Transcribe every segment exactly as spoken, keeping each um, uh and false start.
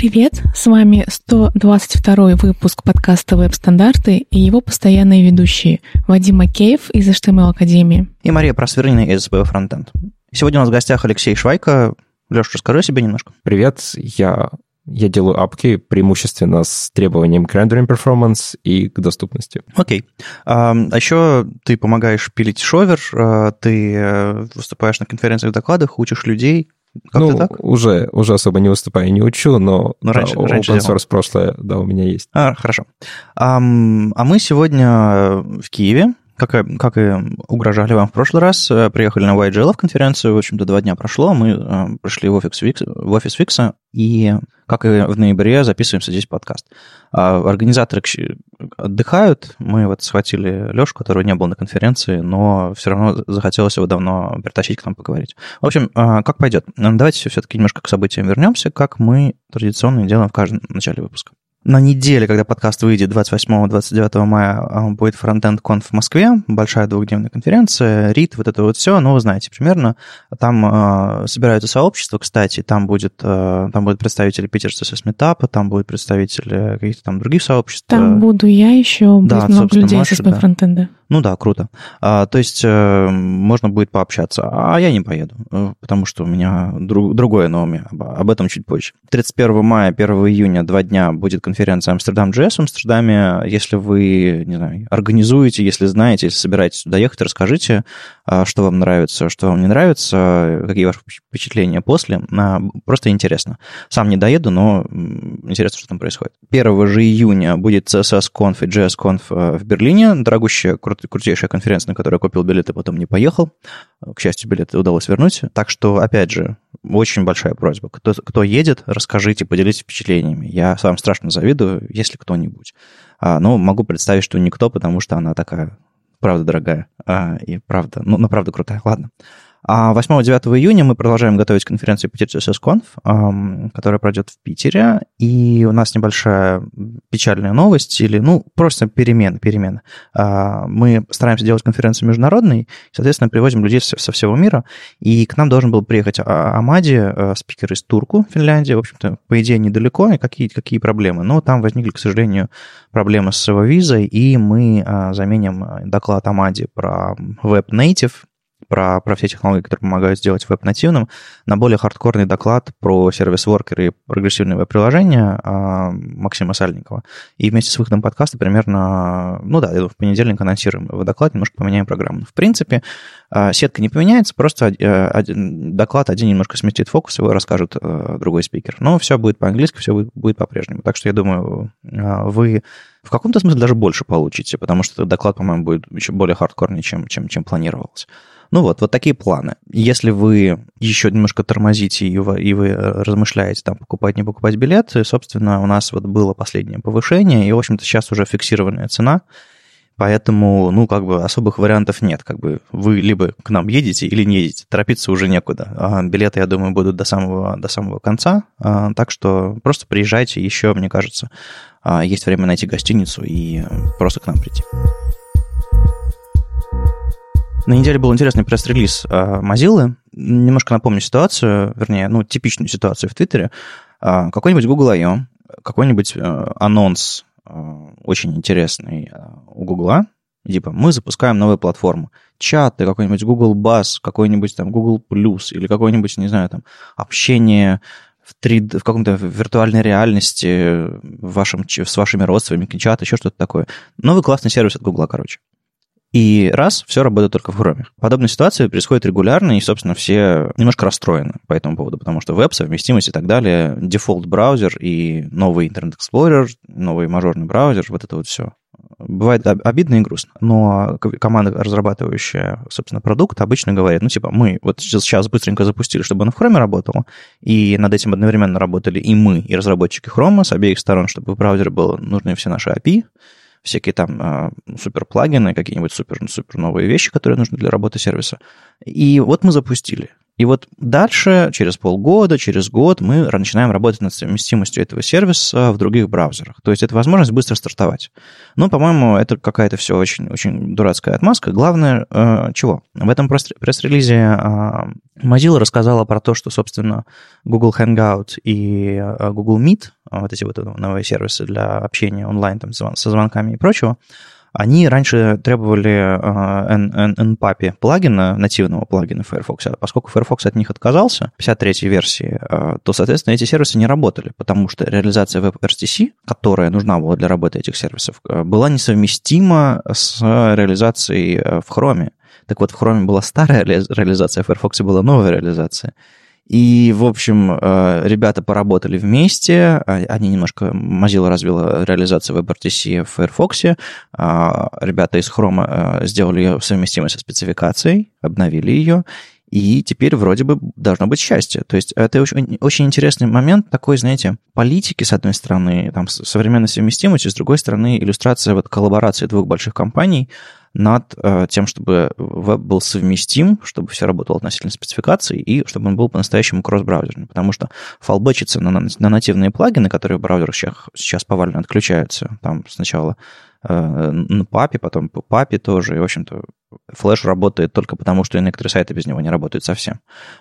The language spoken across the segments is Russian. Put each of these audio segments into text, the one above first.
Привет, с вами сто двадцать второй выпуск подкаста «Веб-стандарты» и его постоянные ведущие Вадим Макеев из эйч ти эм эл Академии и Мария Просвирнина из эс пи эф Frontend. Сегодня у нас в гостях Алексей Швайко. Леш, расскажи о себе немножко. Привет, я, я делаю апки преимущественно с требованием к rendering performance и к доступности. Окей. А, а еще ты помогаешь пилить шовер, ты выступаешь на конференциях, докладах, учишь людей. Как ну, ты так? Уже, уже особо не выступаю, не учу, но, но раньше, да, раньше open source прошлое, да, у меня есть. А, хорошо. А, а мы сегодня в Киеве, как и, как и угрожали вам в прошлый раз, приехали на уай джи эл конференцию, в общем-то, два дня прошло, мы пришли в офис Викса, в офис Викса, и, как и в ноябре, записываемся здесь подкаст. А организаторы отдыхают, мы вот схватили Лешу, который не был на конференции, но все равно захотелось его давно притащить к нам поговорить. В общем, как пойдет? Давайте все-таки немножко к событиям вернемся, как мы традиционно делаем в каждом начале выпуска. На неделе, когда подкаст выйдет двадцать восьмого — двадцать девятого мая, будет Frontend Conf в Москве, большая двухдневная конференция, рит, вот это вот все, ну, вы знаете примерно. Там э, собираются сообщества, кстати, там, будет, э, там будут представители Питер си эс эс Meetup, там будут представители каких-то там других сообществ. Там буду я еще, будет да, много людей Маша, с эс пи эф Frontend. Да. Ну да, круто. А, то есть э, можно будет пообщаться, а я не поеду, потому что у меня друг, другое на уме, об, об этом чуть позже. тридцать первого мая, первого июня, два дня будет конференция Амстердам джей эс в Амстердаме. Если вы, не знаю, организуете, если знаете, если собираетесь туда ехать, расскажите, что вам нравится, что вам не нравится, какие ваши впечатления после. Просто интересно. Сам не доеду, но интересно, что там происходит. первого же июня будет си эс эс-конф и джей эс-конф в Берлине. Дорогущая, крутейшая конференция, на которую я купил билеты, потом не поехал. К счастью, билеты удалось вернуть. Так что, опять же, очень большая просьба. Кто, кто едет, расскажите, поделитесь впечатлениями. Я вам страшно завидую, если кто-нибудь. А, но могу представить, что никто, потому что она такая, правда, дорогая. А, и правда, ну, ну, правда крутая. Ладно. А восьмого-девятого июня мы продолжаем готовить конференцию Питер си эс эс-конф, которая пройдет в Питере. И у нас небольшая печальная новость, или, ну, просто перемена, перемена. Мы стараемся делать конференцию международной, соответственно, привозим людей со всего мира. И к нам должен был приехать Амади, спикер из Турку, Финляндии. В общем-то, по идее, недалеко, и какие, какие проблемы. Но там возникли, к сожалению, проблемы с его визой, и мы заменим доклад Амади про веб-нейтив, Про, про все технологии, которые помогают сделать веб-нативным, на более хардкорный доклад про сервис-воркеры и прогрессивные веб-приложения Максима Сальникова. И вместе с выходом подкаста примерно, ну да, в понедельник анонсируем его доклад, немножко поменяем программу. В принципе, сетка не поменяется, просто один, доклад один немножко сместит фокус, его расскажет другой спикер. Но все будет по-английски, все будет, будет по-прежнему. Так что я думаю, вы в каком-то смысле даже больше получите, потому что этот доклад, по-моему, будет еще более хардкорный, чем, чем, чем планировалось. Ну вот, вот такие планы. Если вы еще немножко тормозите и вы, и вы размышляете, там, покупать, не покупать билеты, собственно, у нас вот было последнее повышение, и, в общем-то, сейчас уже фиксированная цена, поэтому, ну, как бы особых вариантов нет. Как бы вы либо к нам едете или не едете, торопиться уже некуда. А билеты, я думаю, будут до самого, до самого конца, а, так что просто приезжайте, еще, мне кажется, а, есть время найти гостиницу и просто к нам прийти. На неделе был интересный пресс-релиз Mozilla. Немножко напомню ситуацию, вернее, ну, типичную ситуацию в Твиттере. Какой-нибудь Google ай о, какой-нибудь анонс очень интересный у Гугла, типа мы запускаем новую платформу. Чаты, какой-нибудь Google Buzz, какой-нибудь там Google Plus или какой-нибудь, не знаю, там, общение в, три дэ, в каком-то виртуальной реальности в вашем, с вашими родственниками, чат, еще что-то такое. Новый классный сервис от Гугла, короче. И раз, все работает только в Chrome. Подобная ситуация происходит регулярно, и, собственно, все немножко расстроены по этому поводу, потому что веб, совместимость и так далее, дефолт браузер и новый Internet Explorer, новый мажорный браузер, вот это вот все. Бывает обидно и грустно. Но команда, разрабатывающая, собственно, продукт, обычно говорит, ну, типа, мы вот сейчас быстренько запустили, чтобы он в Chrome работал, и над этим одновременно работали и мы, и разработчики Chrome с обеих сторон, чтобы в браузере было нужны все наши эй пи ай, всякие там э, супер-плагины, какие-нибудь супер, супер новые вещи, которые нужны для работы сервиса. И вот мы запустили. И вот дальше, через полгода, через год мы начинаем работать над совместимостью этого сервиса в других браузерах. То есть это возможность быстро стартовать. Но, по-моему, это какая-то все очень, очень дурацкая отмазка. Главное, э, чего? В этом пресс-релизе э, Mozilla рассказала про то, что, собственно, Google Hangout и э, Google Meet, вот эти вот новые сервисы для общения онлайн там, со звонками и прочего, они раньше требовали uh, эн пи эй пи плагина, нативного плагина в Firefox, а поскольку Firefox от них отказался, пятьдесят третьей версии, uh, то, соответственно, эти сервисы не работали, потому что реализация WebRTC, которая нужна была для работы этих сервисов, была несовместима с реализацией в Chrome. Так вот, в Chrome была старая реализация, в Firefox была новая реализация. И, в общем, ребята поработали вместе, они немножко, Mozilla развила реализацию WebRTC в Firefox, ребята из Chrome сделали ее совместимой со спецификацией, обновили ее, и теперь вроде бы должно быть счастье. То есть это очень, очень интересный момент такой, знаете, политики, с одной стороны, там, современной совместимости, с другой стороны, иллюстрация вот коллаборации двух больших компаний над э, тем, чтобы веб был совместим, чтобы все работало относительно спецификаций, и чтобы он был по-настоящему кросс-браузерным. Потому что фалбэчиться на, на нативные плагины, которые в браузерах сейчас, сейчас повально отключаются, там сначала э, на папе, потом по папе тоже, и, в общем-то, Flash работает только потому, что и некоторые сайты без него не работают совсем.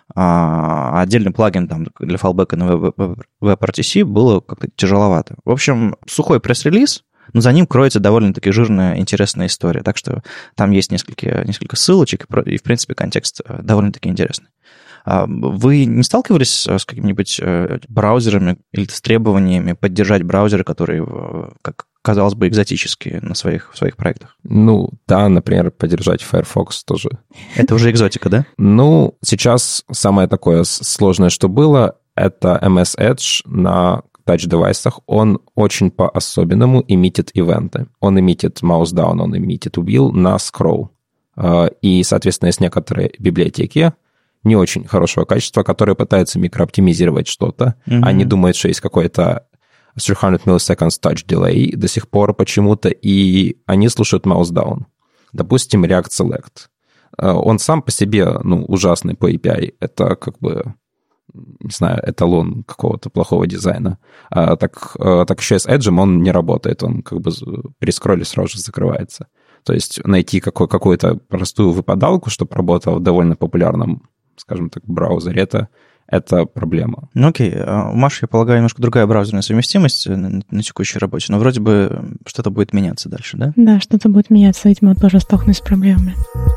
А отдельный плагин там, для фалбэка на WebRTC было как-то тяжеловато. В общем, сухой пресс-релиз, но за ним кроется довольно-таки жирная, интересная история. Так что там есть несколько, несколько ссылочек, и, в принципе, контекст довольно-таки интересный. Вы не сталкивались с какими-нибудь браузерами или с требованиями поддержать браузеры, которые, как казалось бы, экзотические на своих, в своих проектах? Ну, да, например, поддержать Firefox тоже. Это уже экзотика, да? Ну, сейчас самое такое сложное, что было, это эм эс Edge на тач-девайсах. Он очень по-особенному имитит ивенты. Он имитит mouse down, он имитит wheel на scroll. И, соответственно, есть некоторые библиотеки не очень хорошего качества, которые пытаются микрооптимизировать что-то. Mm-hmm. Они думают, что есть какой-то триста milliseconds touch delay до сих пор почему-то, и они слушают mouse down. Допустим, React Select. Он сам по себе, ну, ужасный по эй пи ай. Это как бы, не знаю, эталон какого-то плохого дизайна. А так, так еще и с Edge он не работает. Он как бы при скролле сразу же закрывается. То есть найти какой, какую-то простую выпадалку, чтобы работала в довольно популярном, скажем так, браузере, это, это проблема. Ну окей. У Маши, я полагаю, немножко другая браузерная совместимость на, на текущей работе, но вроде бы что-то будет меняться дальше, да? Да, что-то будет меняться. Видимо, тоже столкнусь с проблемами.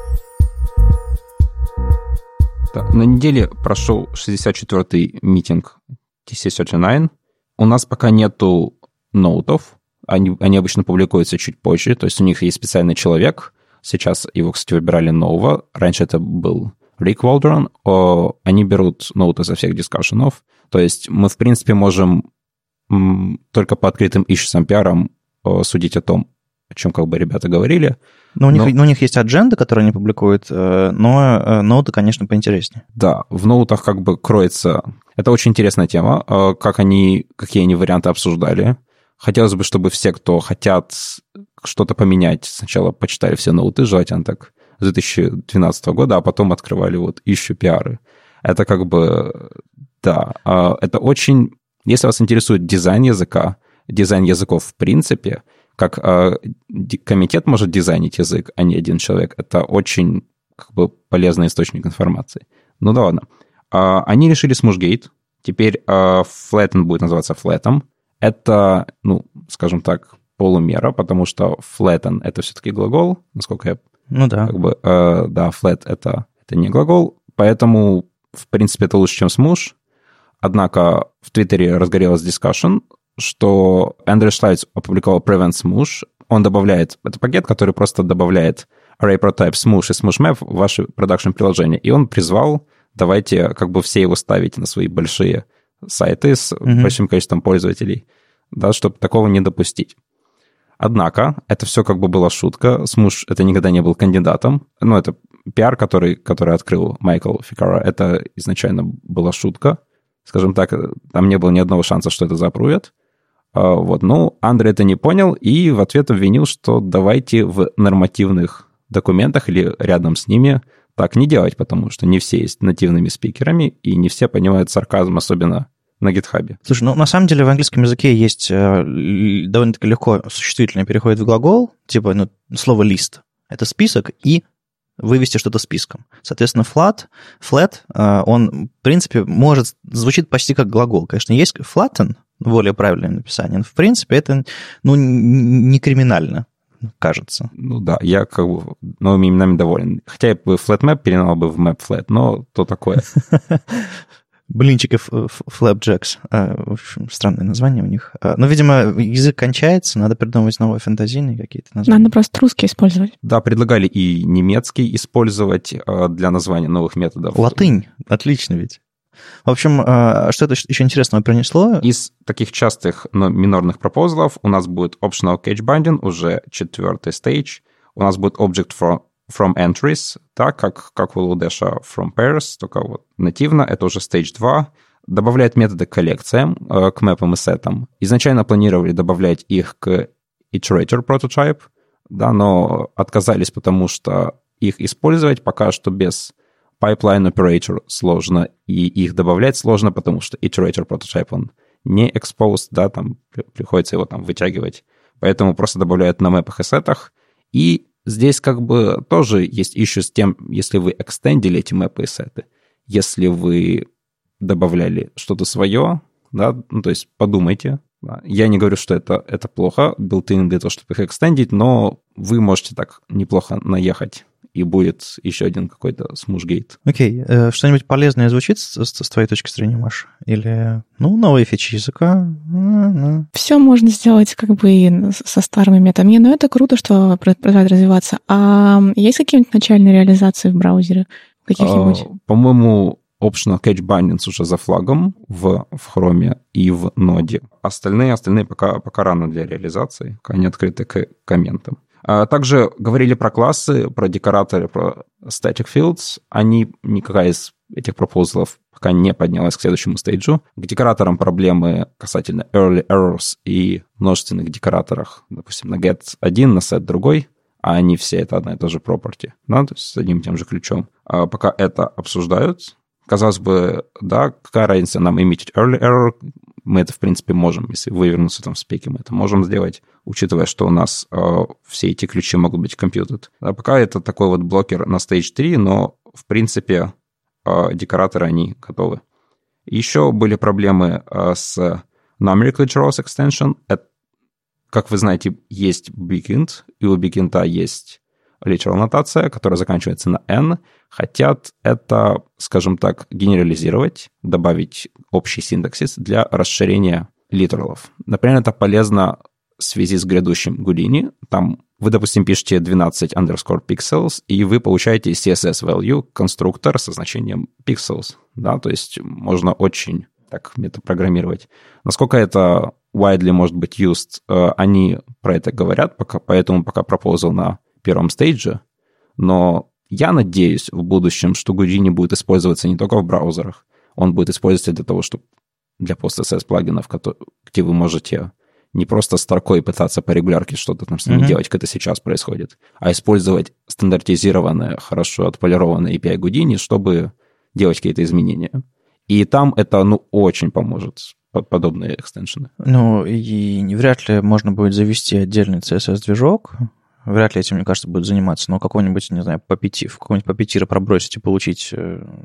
Да. На неделе прошел шестьдесят четвёртый митинг ти си тридцать девять. У нас пока нету ноутов. Они, они обычно публикуются чуть позже. То есть у них есть специальный человек. Сейчас его, кстати, выбирали нового. Раньше это был Рик Уолдерон. Они берут ноуты со всех дискашенов. То есть мы, в принципе, можем м, только по открытым issue пи ар судить о том, о чем как бы ребята говорили. Но у, но... Них, у них есть адженда, которую они публикуют, но ноуты, конечно, поинтереснее. Да, в ноутах как бы кроется... Это очень интересная тема, как они, какие они варианты обсуждали. Хотелось бы, чтобы все, кто хотят что-то поменять, сначала почитали все ноуты, желательно так, с две тысячи двенадцатого года, а потом открывали вот issue пи ар. Это как бы... Да, это очень... Если вас интересует дизайн языка, дизайн языков в принципе... Как э, комитет может дизайнить язык, а не один человек, это очень как бы полезный источник информации. Ну да ладно. Э, они решили Smooshgate. Теперь э, Flatten будет называться Flatten. Это, ну, скажем так, полумера, потому что Flatten — это все-таки глагол, насколько я... Ну да. Как бы, э, да, flat — это, это не глагол, поэтому, в принципе, это лучше, чем Smoosh. Однако в Твиттере разгорелась дискашн, что Андрей Шлайц опубликовал Prevent Smoosh. Он добавляет... Это пакет, который просто добавляет array prototype Smoosh и Smoosh Map в ваши продакшн-приложения. И он призвал, давайте как бы все его ставить на свои большие сайты с mm-hmm. большим количеством пользователей, да, чтобы такого не допустить. Однако это все как бы была шутка. Smoosh это никогда не был кандидатом. Ну, это пи ар, который, который открыл Майкл Фикара. Это изначально была шутка. Скажем так, там не было ни одного шанса, что это запрувят. Вот, ну, Андрей это не понял и в ответ обвинил, что давайте в нормативных документах или рядом с ними так не делать, потому что не все есть нативными спикерами, и не все понимают сарказм, особенно на GitHub. Слушай, ну на самом деле в английском языке есть э, довольно-таки легко существительное переходит в глагол, типа ну, слово list. Это список и вывести что-то списком. Соответственно, flat, flat, э, он, в принципе, может, звучит почти как глагол. Конечно, есть flatten, более правильное написание, но, в принципе, это ну, не криминально, кажется. Ну да, я как бы новыми именами доволен. Хотя я бы flatmap перенал бы в mapflat, но то такое. Блинчиков Flapjacks. В общем, странное название у них. Но, видимо, язык кончается, надо придумывать новые фантазийные какие-то названия. Надо просто русский использовать. Да, предлагали и немецкий использовать для названия новых методов. Латынь. Отлично ведь. В общем, что это еще интересного принесло? Из таких частых, но минорных пропозалов у нас будет optional cache binding, уже четвертый стейдж. У нас будет object from from entries, так, как, как у Lodash from pairs, только вот нативно, это уже stage два. Добавляет методы к коллекциям, к мэпам и сетам. Изначально планировали добавлять их к iterator prototype, да, но отказались, потому что их использовать пока что без pipeline operator сложно, и их добавлять сложно, потому что iterator prototype, он не exposed, да, там приходится его там вытягивать. Поэтому просто добавляют на мэпах и сетах, и здесь как бы тоже есть issue с тем, если вы экстендили эти мэпы и сеты, если вы добавляли что-то свое, да, ну, то есть подумайте. Да. Я не говорю, что это, это плохо, built-in для того, чтобы их экстендить, но вы можете так неплохо наехать, и будет еще один какой-то смушгейт. Окей, okay. Что-нибудь полезное звучит с, с твоей точки зрения, Маша? Или, ну, новые фичи языка? Mm-hmm. Все можно сделать как бы и со старыми методами. Но это круто, что продолжает развиваться. А есть какие-нибудь начальные реализации в браузере? Каких-нибудь? Uh, по-моему, optional cache bindings уже за флагом в, в Chrome и в ноде. Остальные, остальные пока, пока рано для реализации, пока не открыты к комментам. Также говорили про классы, про декораторы, про static fields. Они, никакая из этих пропозалов пока не поднялась к следующему стейджу. К декораторам проблемы касательно early errors и множественных декораторах. Допустим, на get один, на set другой, а они все это одна и та же property. Да, то есть с одним и тем же ключом. А пока это обсуждают, казалось бы, да, какая разница нам emitted early error? Мы это, в принципе, можем, если вывернуться там в спеке, мы это можем сделать, учитывая, что у нас э, все эти ключи могут быть computed. А пока это такой вот блокер на stage три, но, в принципе, э, декораторы, они готовы. Еще были проблемы э, с numeric literals extension. Это, как вы знаете, есть bigint, и у bigint есть literal нотация, которая заканчивается на n. Хотят это, скажем так, генерализировать, добавить общий синтаксис для расширения литералов. Например, это полезно в связи с грядущим Houdini. Там вы, допустим, пишете двенадцать underscore pixels, и вы получаете си эс эс value, конструктор со значением pixels. Да, то есть можно очень так метапрограммировать. Насколько это widely может быть used, они про это говорят, пока, поэтому пока пропозал на первом стейдже, но я надеюсь в будущем, что Houdini будет использоваться не только в браузерах, он будет использоваться для того, чтобы для пост-эс-эс плагинов, где вы можете не просто строкой пытаться по регулярке что-то там с ними mm-hmm. делать, как это сейчас происходит, а использовать стандартизированное, хорошо отполированное эй пи ай Houdini, чтобы делать какие-то изменения. И там это, ну, очень поможет, подобные экстеншены. Ну, и вряд ли можно будет завести отдельный си эс эс-движок. Вряд ли этим, мне кажется, будет заниматься. Но какой-нибудь, не знаю, Puppeteer, в какой-нибудь Puppeteer пробросить и получить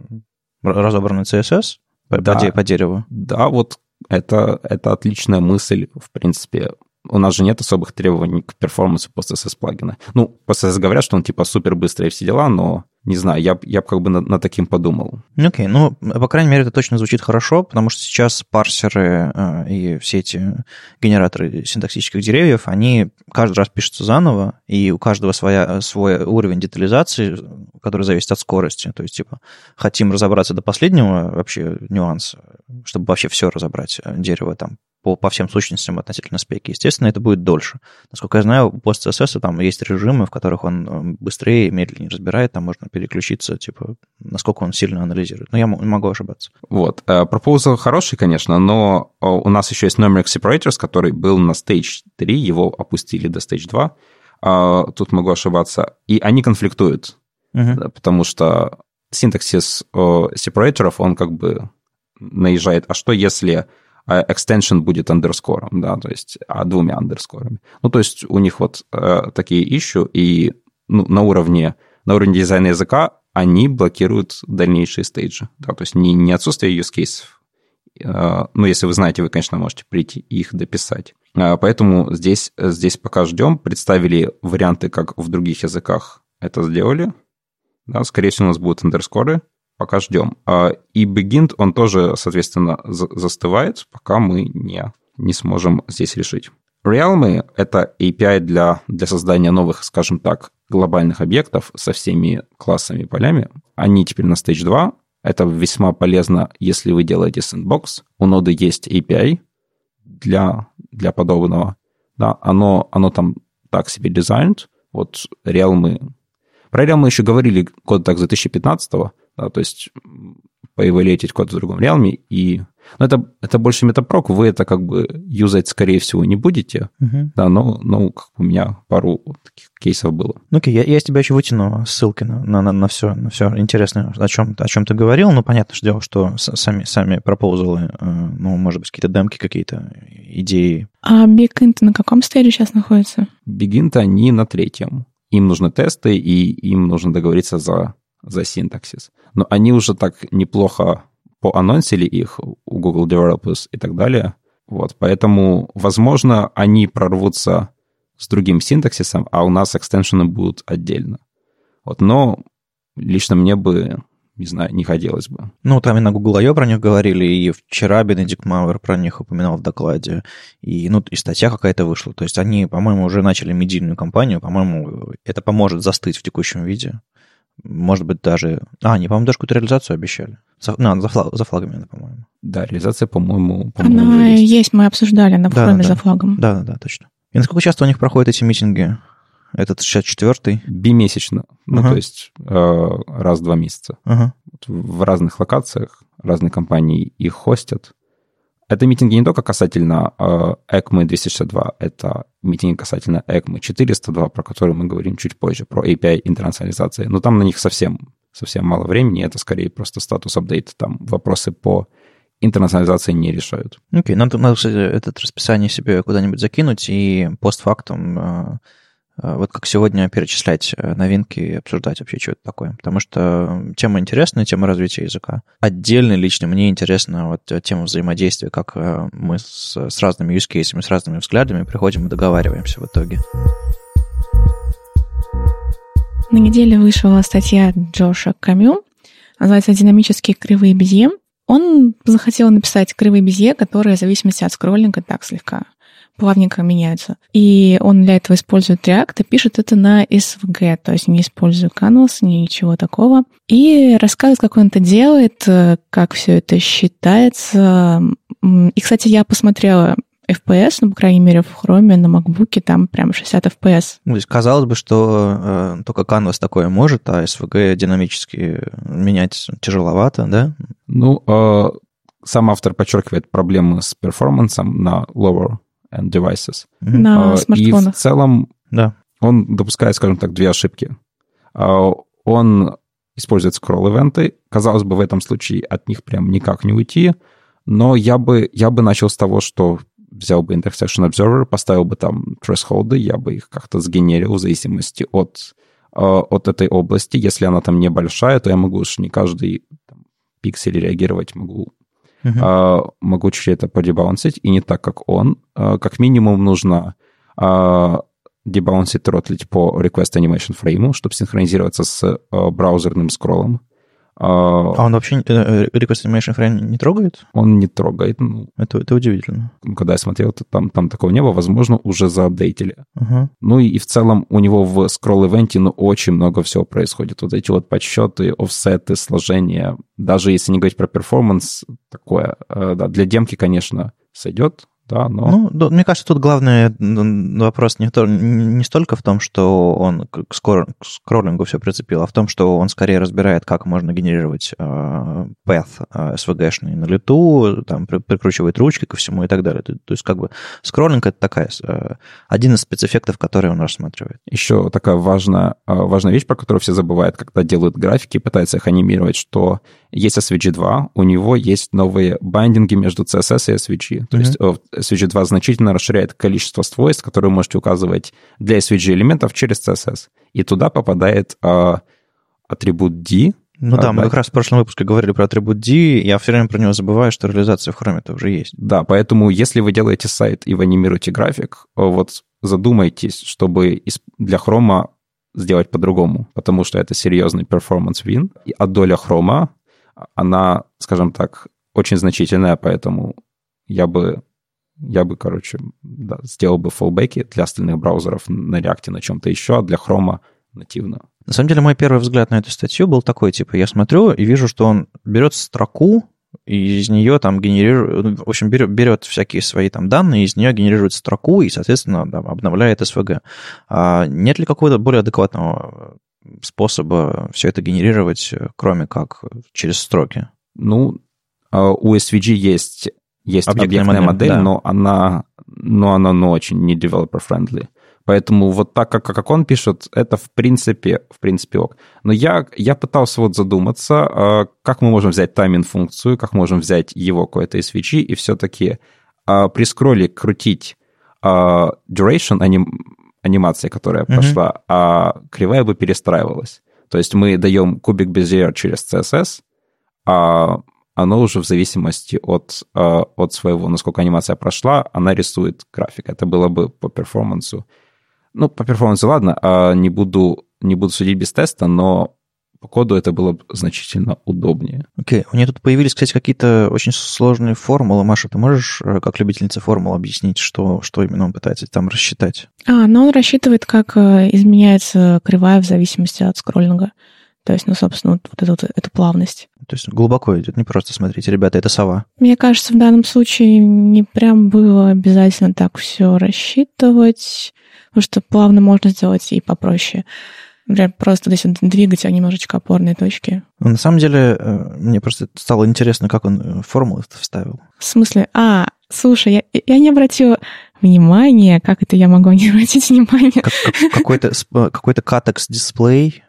разобранный си эс эс по, да, по, по дереву. Да, вот это, это отличная мысль, в принципе. У нас же нет особых требований к перформансу пост-эс-эс плагина. Ну, пост-эс-эс говорят, что он типа супер быстрый и все дела, но не знаю, я, я бы как бы над, над таким подумал. Окей, okay, ну, по крайней мере, это точно звучит хорошо, потому что сейчас парсеры э, и все эти генераторы синтаксических деревьев, они каждый раз пишутся заново, и у каждого своя, свой уровень детализации, который зависит от скорости. То есть, типа, хотим разобраться до последнего вообще нюанса, чтобы вообще все разобрать, дерево там, по, по всем сущностям относительно спеки. Естественно, это будет дольше. Насколько я знаю, у пост-си эс эс там есть режимы, в которых он быстрее и медленнее разбирает, там можно переключиться, типа, насколько он сильно анализирует. Но я могу ошибаться. Вот. Пропозал хороший, конечно, но у нас еще есть numeric separators, который был на stage три, его опустили до stage два. Тут могу ошибаться. И они конфликтуют. uh-huh. потому что синтаксис сепараторов, он как бы наезжает, а что если extension будет андерскором, да, то есть а двумя андерскорами. Ну, то есть у них вот э, такие issue, и ну, на уровне, на уровне дизайна языка они блокируют дальнейшие стейджи, да, то есть не, не отсутствие use cases. Э, ну, если вы знаете, вы, конечно, можете прийти и их дописать. Э, поэтому здесь, здесь пока ждем, представили варианты, как в других языках это сделали. Да, скорее всего, у нас будут андерскоры. Пока ждем. И Begin, он тоже, соответственно, застывает, пока мы не, не сможем здесь решить. Realm — это эй пи ай для, для создания новых, скажем так, глобальных объектов со всеми классами и полями. Они теперь на Stage два. Это весьма полезно, если вы делаете сэндбокс. У ноды есть эй пи ай для, для подобного. Да, оно, оно там так себе дизайнт. Вот Realm... Про Realm мы еще говорили год так с две тысячи пятнадцатого. Да, то есть поэволютить код в другом Realm, и... Ну, это, это больше метапрок, вы это как бы юзать, скорее всего, не будете, uh-huh. да, но, но как у меня пару таких кейсов было. Ну, окей, я, я с тебя еще вытяну ссылки на, на, на, на, все, на все интересное, о чем, о чем ты говорил. Ну, понятно, что дело, что сами, сами пропозалы, ну, может быть, какие-то демки, какие-то идеи. А Begin на каком стейже сейчас находится? Begin они на третьем. Им нужны тесты, и им нужно договориться за... за синтаксис. Но они уже так неплохо поанонсили их у Google Developers и так далее. Вот, поэтому, возможно, они прорвутся с другим синтаксисом, а у нас экстеншены будут отдельно. Вот, но лично мне бы, не знаю, не хотелось бы. Ну, там и на Google ай о про них говорили, и вчера Бенедикт Мауэр про них упоминал в докладе, и, ну, и статья какая-то вышла. То есть они, по-моему, уже начали медийную кампанию, по-моему, это поможет застыть в текущем виде. Может быть, даже... А, они, по-моему, даже какую-то реализацию обещали. За, ну, за, флаг, за флагами, по-моему. Да, реализация, по-моему... по-моему Она есть. есть, мы обсуждали на форуме да, за флагом. Да, да, да, точно. И насколько часто у них проходят эти митинги? Этот шестьдесят четвёртый? Бимесячно. Uh-huh. Ну, то есть э, раз в два месяца. Uh-huh. В разных локациях, разные компании их хостят. Это митинги не только касательно э, ECMA двести шестьдесят два, это митинги касательно ECMA четыреста два, про который мы говорим чуть позже, про эй пи ай интернационализации. Но там на них совсем, совсем мало времени, это скорее просто статус-апдейт. Там вопросы по интернационализации не решают. Окей, okay, надо, надо, кстати, это расписание себе куда-нибудь закинуть и постфактум... Э, вот как сегодня перечислять новинки и обсуждать вообще, что это такое. Потому что тема интересная, тема развития языка. Отдельно лично мне интересна вот тема взаимодействия, как мы с, с разными use cases, с разными взглядами приходим и договариваемся в итоге. На неделе вышла статья Джоша Камю, называется «Динамические кривые Безье». Он захотел написать кривые Безье, которые в зависимости от скроллинга так слегка плавненько меняются. И он для этого использует React и пишет это на эс ви джи, то есть не используя Canvas, ничего такого. И рассказывает, как он это делает, как все это считается. И, кстати, я посмотрела эф пи эс, ну, по крайней мере, в Chrome, на MacBook, там прям шестьдесят эф пи эс. Ну, то есть казалось бы, что э, только Canvas такое может, а эс ви джи динамически менять тяжеловато, да? Ну, э, сам автор подчеркивает проблемы с перформансом на lower and devices. На uh, смартфонах. И в целом да. он допускает, скажем так, две ошибки. Uh, он использует скролл-ивенты. Казалось бы, в этом случае от них прям никак не уйти, но я бы, я бы начал с того, что взял бы Intersection Observer, поставил бы там thresholds, я бы их как-то сгенерил в зависимости от, uh, от этой области. Если она там небольшая, то я могу уж не каждый там, пиксель реагировать, могу Uh-huh. Uh, могу чуть это подебаунсить, и не так, как он. Uh, как минимум нужно uh, дебаунсить, тротлить по Request Animation Frame, чтобы синхронизироваться с uh, браузерным скроллом. Uh, а он вообще uh, Request Animation Frame не трогает? Он не трогает. Ну, это, это удивительно. Когда я смотрел, то там, там такого не было. Возможно, уже заапдейтили. Uh-huh. Ну и, и в целом у него в скролл-ивенте ну, очень много всего происходит. Вот эти вот подсчеты, офсеты, сложения. Даже если не говорить про перформанс, такое. Uh, да, для демки, конечно, сойдет. да, но... Ну, да, мне кажется, тут главный вопрос не, то, не столько в том, что он к, скор, к скроллингу все прицепил, а в том, что он скорее разбирает, как можно генерировать э, path э, эс ви джи-шный на лету, там, при, прикручивает ручки ко всему и так далее. То, то есть, как бы, скроллинг — это такая, э, один из спецэффектов, который он рассматривает. Еще такая важная, важная вещь, про которую все забывают, когда делают графики и пытаются их анимировать, что есть эс ви джи два, у него есть новые байдинги между си эс эс и эс ви джи. То mm-hmm. есть эс ви джи два значительно расширяет количество свойств, которые вы можете указывать для эс ви джи элементов через си эс эс. И туда попадает а, атрибут D. Ну а, да, мы да. как раз в прошлом выпуске говорили про атрибут D, я все время про него забываю, что реализация в Chrome-то уже есть. Да, поэтому если вы делаете сайт и вы анимируете график, вот задумайтесь, чтобы для Chrome сделать по-другому, потому что это серьезный performance win, а доля Chrome, она, скажем так, очень значительная, поэтому я бы Я бы, короче, да, сделал бы фоллбеки для остальных браузеров на React, на чем-то еще, а для Chrome нативно. На самом деле, мой первый взгляд на эту статью был такой, типа, я смотрю и вижу, что он берет строку, и из нее там генерирует, в общем, берет, берет всякие свои там данные, из нее генерирует строку и, соответственно, да, обновляет эс ви джи. А нет ли какого-то более адекватного способа все это генерировать, кроме как через строки? Ну, у эс ви джи есть... Есть объектная, объектная модель, модель да. но она, но она ну, очень не developer-friendly. Поэтому вот так, как, как он пишет, это в принципе, в принципе ок. Но я, я пытался вот задуматься, как мы можем взять тайминг-функцию, как можем взять его какой-то эс ви джи и все-таки при скролле крутить duration аним, анимации, которая mm-hmm. прошла, а кривая бы перестраивалась. То есть мы даем кубик Bezier через си эс эс, а оно уже в зависимости от, от своего, насколько анимация прошла, она рисует график. Это было бы по перформансу. Ну, по перформансу, ладно, не буду, не буду судить без теста, но по коду это было бы значительно удобнее. Окей. Okay. У нее тут появились, кстати, какие-то очень сложные формулы. Маша, ты можешь, как любительница формул, объяснить, что, что именно он пытается там рассчитать? А, ну он рассчитывает, как изменяется кривая в зависимости от скроллинга. То есть, ну, собственно, вот, вот эту, вот, эту плавность. То есть глубоко идет, не просто смотрите, ребята, это сова. Мне кажется, в данном случае не прям было обязательно так все рассчитывать, потому что плавно можно сделать и попроще. Например, просто здесь двигать а немножечко опорные точки. Ну, на самом деле, мне просто стало интересно, как он формулы вставил. В смысле? А, слушай, я, я не обратила внимания, как это я могу не обратить внимания? Как, как, какой-то, какой-то катекс-дисплей.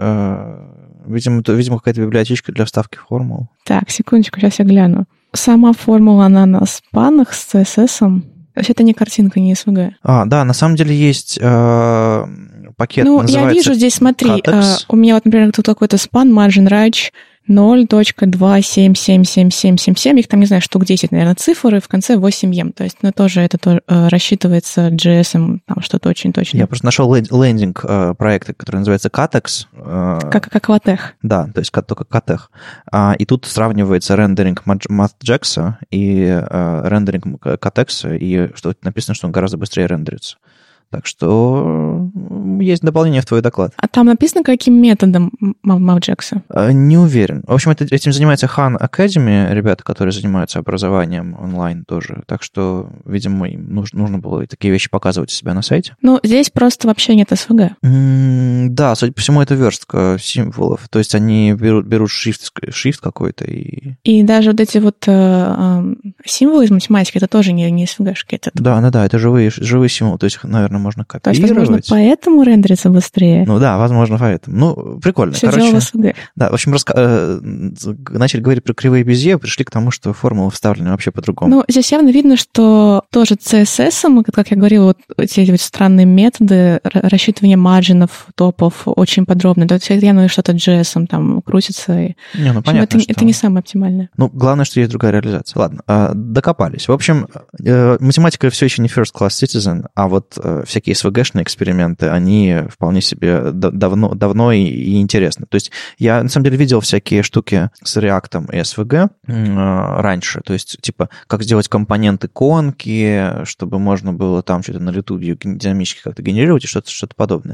Видимо, то, видимо, какая-то библиотечка для вставки формул. Так, секундочку, сейчас я гляну. Сама формула, она на спанах с си эс эс. То есть это не картинка, не эс ви джи. А, да, на самом деле есть э, пакет, ну, называется... Ну, я вижу здесь, смотри, э, у меня вот, например, тут какой-то спан, margin range ноль точка два семь семь семь семь семь семь, их там, не знаю, штук десять, наверное, цифры, в конце восемь эм. То есть, ну, тоже это тоже, э, рассчитывается джей эс, там что-то очень точно. Я просто нашел лендинг э, проекта, который называется Catex. Э, как, как Латех. Да, то есть только Catex. А, и тут сравнивается рендеринг MathJax и э, рендеринг Catex, и что написано, что он гораздо быстрее рендерится. Так что есть дополнение в твой доклад. А там написано, каким методом MathJax? Не уверен. В общем, это, этим занимается Khan Academy, ребята, которые занимаются образованием онлайн тоже. Так что, видимо, им нужно, нужно было такие вещи показывать у себя на сайте. Ну, здесь просто вообще нет эс ви джи. Mm, да, судя по всему, это верстка символов. То есть они берут, берут shift, shift какой-то и... И даже вот эти вот э, символы из математики, это тоже не, не эс ви джи-шки. Это... Да, да, да, это живые, живые символы. То есть, наверное, можно копировать. То есть, возможно, поэтому рендерится быстрее? Ну да, возможно, поэтому. Ну, прикольно. Все Короче, дело в эс ви джи. Да, в общем, раска... начали говорить про кривые Безье, пришли к тому, что формулы вставлены вообще по-другому. Ну, здесь явно видно, что тоже си эс эс, как я говорила, вот эти вот странные методы рассчитывания марджинов, топов очень подробно. То есть, явно что-то джей эс там крутится. И... Не, ну, понятно, это, что... это не самое оптимальное. Ну, главное, что есть другая реализация. Ладно, докопались. В общем, математика все еще не first class citizen, а вот всякие эс ви джи-шные эксперименты, они вполне себе давно, давно и, и интересны. То есть я, на самом деле, видел всякие штуки с React и эс ви джи э, раньше. То есть, типа, как сделать компоненты конки, чтобы можно было там что-то на лету динамически как-то генерировать и что-то, что-то подобное.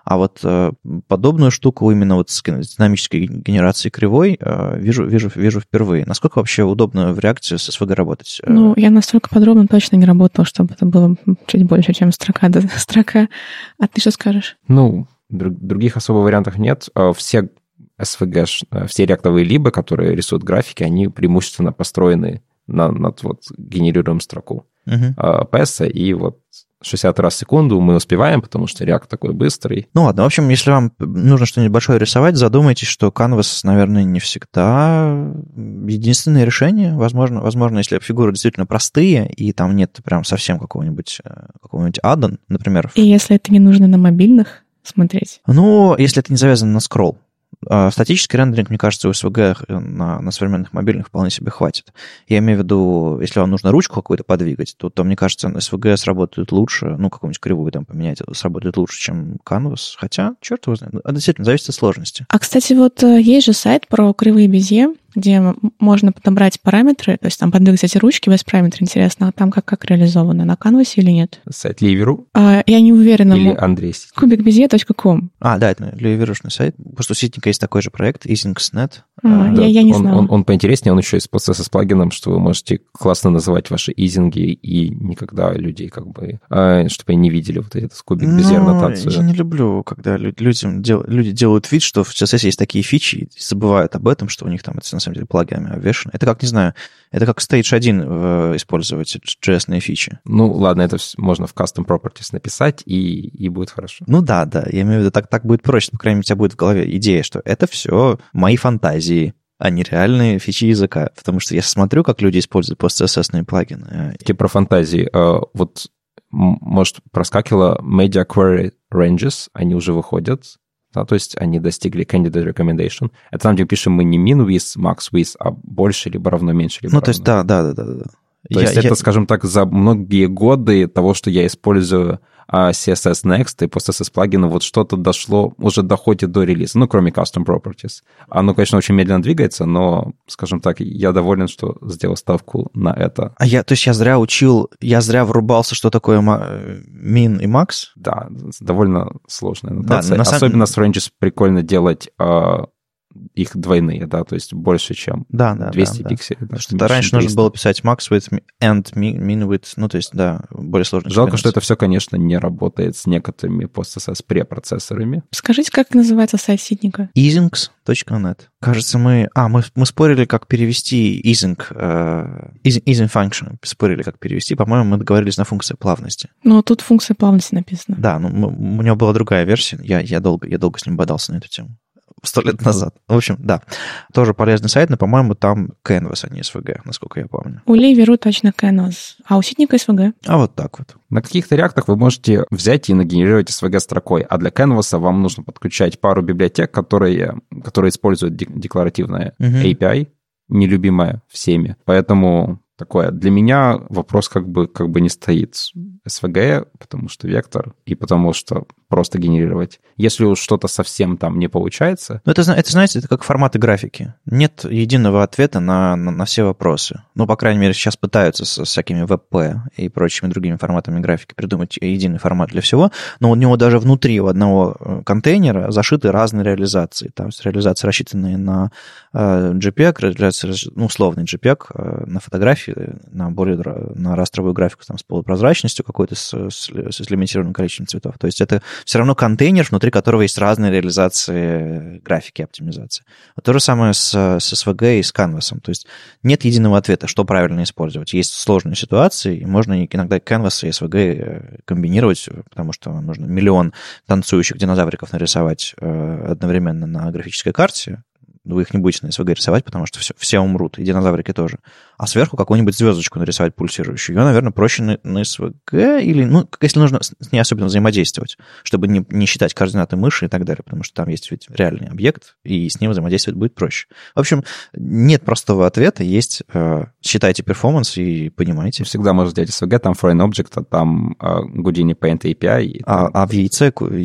А вот э, подобную штуку именно вот с динамической генерацией кривой э, вижу, вижу, вижу впервые. Насколько вообще удобно в React с эс ви джи работать? Ну, я настолько подробно точно не работала, чтобы это было чуть больше, чем строка до строка. А ты что скажешь? Ну, друг, других особо вариантов нет. Все эс ви джи, все реактовые либы, которые рисуют графики, они преимущественно построены на, над вот генерируем строку uh-huh. пи эс, и вот шестьдесят раз в секунду мы успеваем, потому что React такой быстрый. Ну ладно, в общем, если вам нужно что-нибудь большое рисовать, задумайтесь, что Canvas, наверное, не всегда единственное решение. Возможно, возможно, если фигуры действительно простые, и там нет прям совсем какого-нибудь, какого-нибудь add-on, например. И если это не нужно на мобильных смотреть? Ну, если это не завязано на скролл. Статический рендеринг, мне кажется, у эс ви джи на, на современных мобильных вполне себе хватит. Я имею в виду, если вам нужно ручку какую-то подвигать, то, то мне кажется, эс ви джи сработает лучше, ну, какую-нибудь кривую там поменять, сработает лучше, чем Canvas. Хотя, черт его знает, это действительно зависит от сложности. А, кстати, вот есть же сайт про кривые безе, где можно подобрать параметры, то есть там подвигать эти ручки без параметров. Интересно, а там как, как реализовано, на Canvas или нет? Сайт Ливеру? А, я не уверена. Или Андрей? кубик безе точка ком. А, да, это ливерушный сайт. Просто у Ситника есть такой же проект, easings точка нет. А, да, я, я не он, знала. Он, он поинтереснее, он еще есть процесса с плагином, что вы можете классно называть ваши изинги и никогда людей как бы, а, чтобы они не видели вот этот кубик безе аннотацию. Я не люблю, когда людям дел, люди делают вид, что в си эс эс есть такие фичи и забывают об этом, что у них там это на самом деле плагинами обвешано. Это как, не знаю, это как Stage один использовать джей эс-ные фичи. Ну, ладно, это можно в Custom Properties написать, и, и будет хорошо. Ну да, да, я имею в виду, так, так будет проще, по крайней мере, у тебя будет в голове идея, что это все мои фантазии, а не реальные фичи языка. Потому что я смотрю, как люди используют пост-си эс эс-ные плагины. Такие про фантазии. Вот, может, проскакивало Media Query Ranges, они уже выходят. Да, то есть они достигли candidate recommendation. Это там, где пишем мы не min with, max with, а больше, либо равно, меньше, либо Ну, равно. то есть, да, да, да, да. да. То я, есть я... это, скажем так, за многие годы того, что я использую а, си эс эс Next и пост-си эс эс плагины, вот что-то дошло, уже доходит до релиза, ну, кроме Custom Properties. Оно, конечно, очень медленно двигается, но, скажем так, я доволен, что сделал ставку на это. А я, то есть я зря учил, я зря врубался, что такое min и max? Да, довольно сложная аннотация. Да, особенно самом... с ranges прикольно делать... А, их двойные, да, то есть больше, чем да, да, двести да, пикселей. Да, что раньше нужно было писать max width and min width, ну, то есть, да, более сложно. Жалко, что это все, конечно, не работает с некоторыми пост-си эс эс препроцессорами. Скажите, как называется сайт Ситника? easings точка нет. Кажется, мы... А, мы, мы спорили, как перевести easing, uh, easing function, спорили, как перевести. По-моему, мы договорились на функции плавности. Ну, тут функция плавности написано. Да, ну, мы, у него была другая версия, я, я, долго, я долго с ним бодался на эту тему. Сто лет назад. В общем, да. Тоже полезный сайт, но, по-моему, там Canvas, а не эс ви джи, насколько я помню. У Ливеру точно Canvas, а у Ситника эс ви джи. А вот так вот. На каких-то реактах вы можете взять и нагенерировать эс ви джи-строкой, а для Canvas вам нужно подключать пару библиотек, которые, которые используют декларативное uh-huh. эй пи ай, нелюбимое всеми. Поэтому... Такое. Для меня вопрос как бы, как бы не стоит эс ви джи, потому что вектор, и потому что просто генерировать. Если уж что-то совсем там не получается... Ну, это, это, знаете, это как форматы графики. Нет единого ответа на, на, на все вопросы. Ну, по крайней мере, сейчас пытаются с всякими ви пи и прочими другими форматами графики придумать единый формат для всего, но у него даже внутри у одного контейнера зашиты разные реализации. Там реализации, рассчитанные на джей пи джи, реализации, ну, условный джей пи джи на фотографии, на более на растровую графику там, с полупрозрачностью какой-то, с, с, с лимитированным количеством цветов. То есть это все равно контейнер, внутри которого есть разные реализации графики, оптимизации. Вот то же самое с, с эс ви джи и с Canvas. То есть нет единого ответа, что правильно использовать. Есть сложные ситуации, и можно иногда Canvas и эс ви джи комбинировать, потому что нужно миллион танцующих динозавриков нарисовать одновременно на графической карте. Вы их не будете на эс ви джи рисовать, потому что все, все умрут, и динозаврики тоже. А сверху какую-нибудь звездочку нарисовать пульсирующую. Ее, наверное, проще на, на эс ви джи, или, ну, если нужно с ней особенно взаимодействовать, чтобы не, не считать координаты мыши и так далее, потому что там есть ведь реальный объект, и с ним взаимодействовать будет проще. В общем, нет простого ответа, есть э, считайте перформанс и понимаете. Всегда можно сделать эс ви джи, там foreign object, а там э, Houdini Paint эй пи ай. А, а в яйце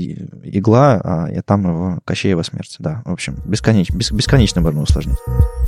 игла, а, и там его Кощеева смерть, да. В общем, бесконечно, бес, бесконечно можно усложнить.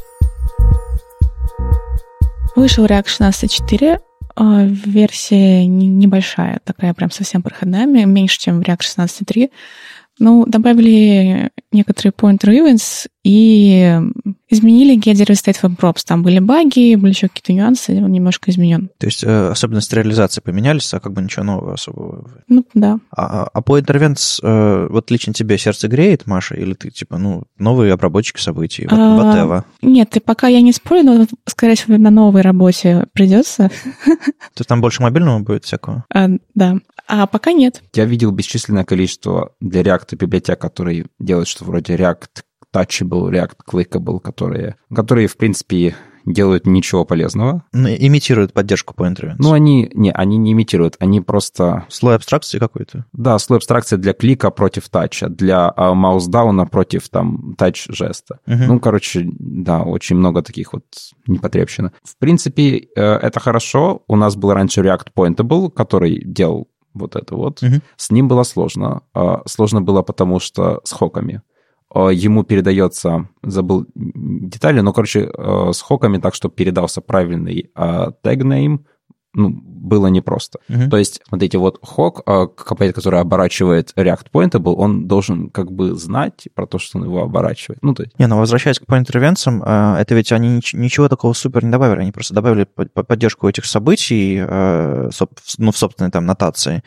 Вышел React шестнадцать четыре, версия небольшая, такая прям совсем проходная, меньше, чем в React шестнадцать три. Ну, добавили некоторые pointer events и изменили get zero state web props. Там были баги, были еще какие-то нюансы, он немножко изменен. То есть э, особенности реализации поменялись, а как бы ничего нового особого. Ну, да. А, а pointer events, э, вот лично тебе сердце греет, Маша, или ты, типа, ну, новые обработчики событий, вот, а, whatever? Нет, и пока я не спорю, но, скорее всего, на новой работе придется. То есть там больше мобильного будет всякого? А, да. А пока нет. Я видел бесчисленное количество для React библиотек, которые делают что вроде React Touchable, React Clickable, которые, которые в принципе, делают ничего полезного. Ну, имитируют поддержку pointer events. Ну, они не, они не имитируют, они просто... Слой абстракции какой-то? Да, слой абстракции для клика против тача, для а, маусдауна против там тач-жеста. Угу. Ну, короче, да, очень много таких вот непотребщин. В принципе, это хорошо. У нас был раньше React Pointable, который делал вот это вот. Угу. С ним было сложно. Сложно было потому, что с хоками. Ему передается, забыл детали, но, короче, с хоками так, чтобы передался правильный tag name, ну, было непросто. Uh-huh. То есть вот эти вот хок, компонент, который оборачивает React Pointable, он должен как бы знать про то, что он его оборачивает. Ну, то есть... Не, ну, возвращаясь к pointer events, это ведь они ничего такого супер не добавили, они просто добавили поддержку этих событий, ну, в собственной там нотации,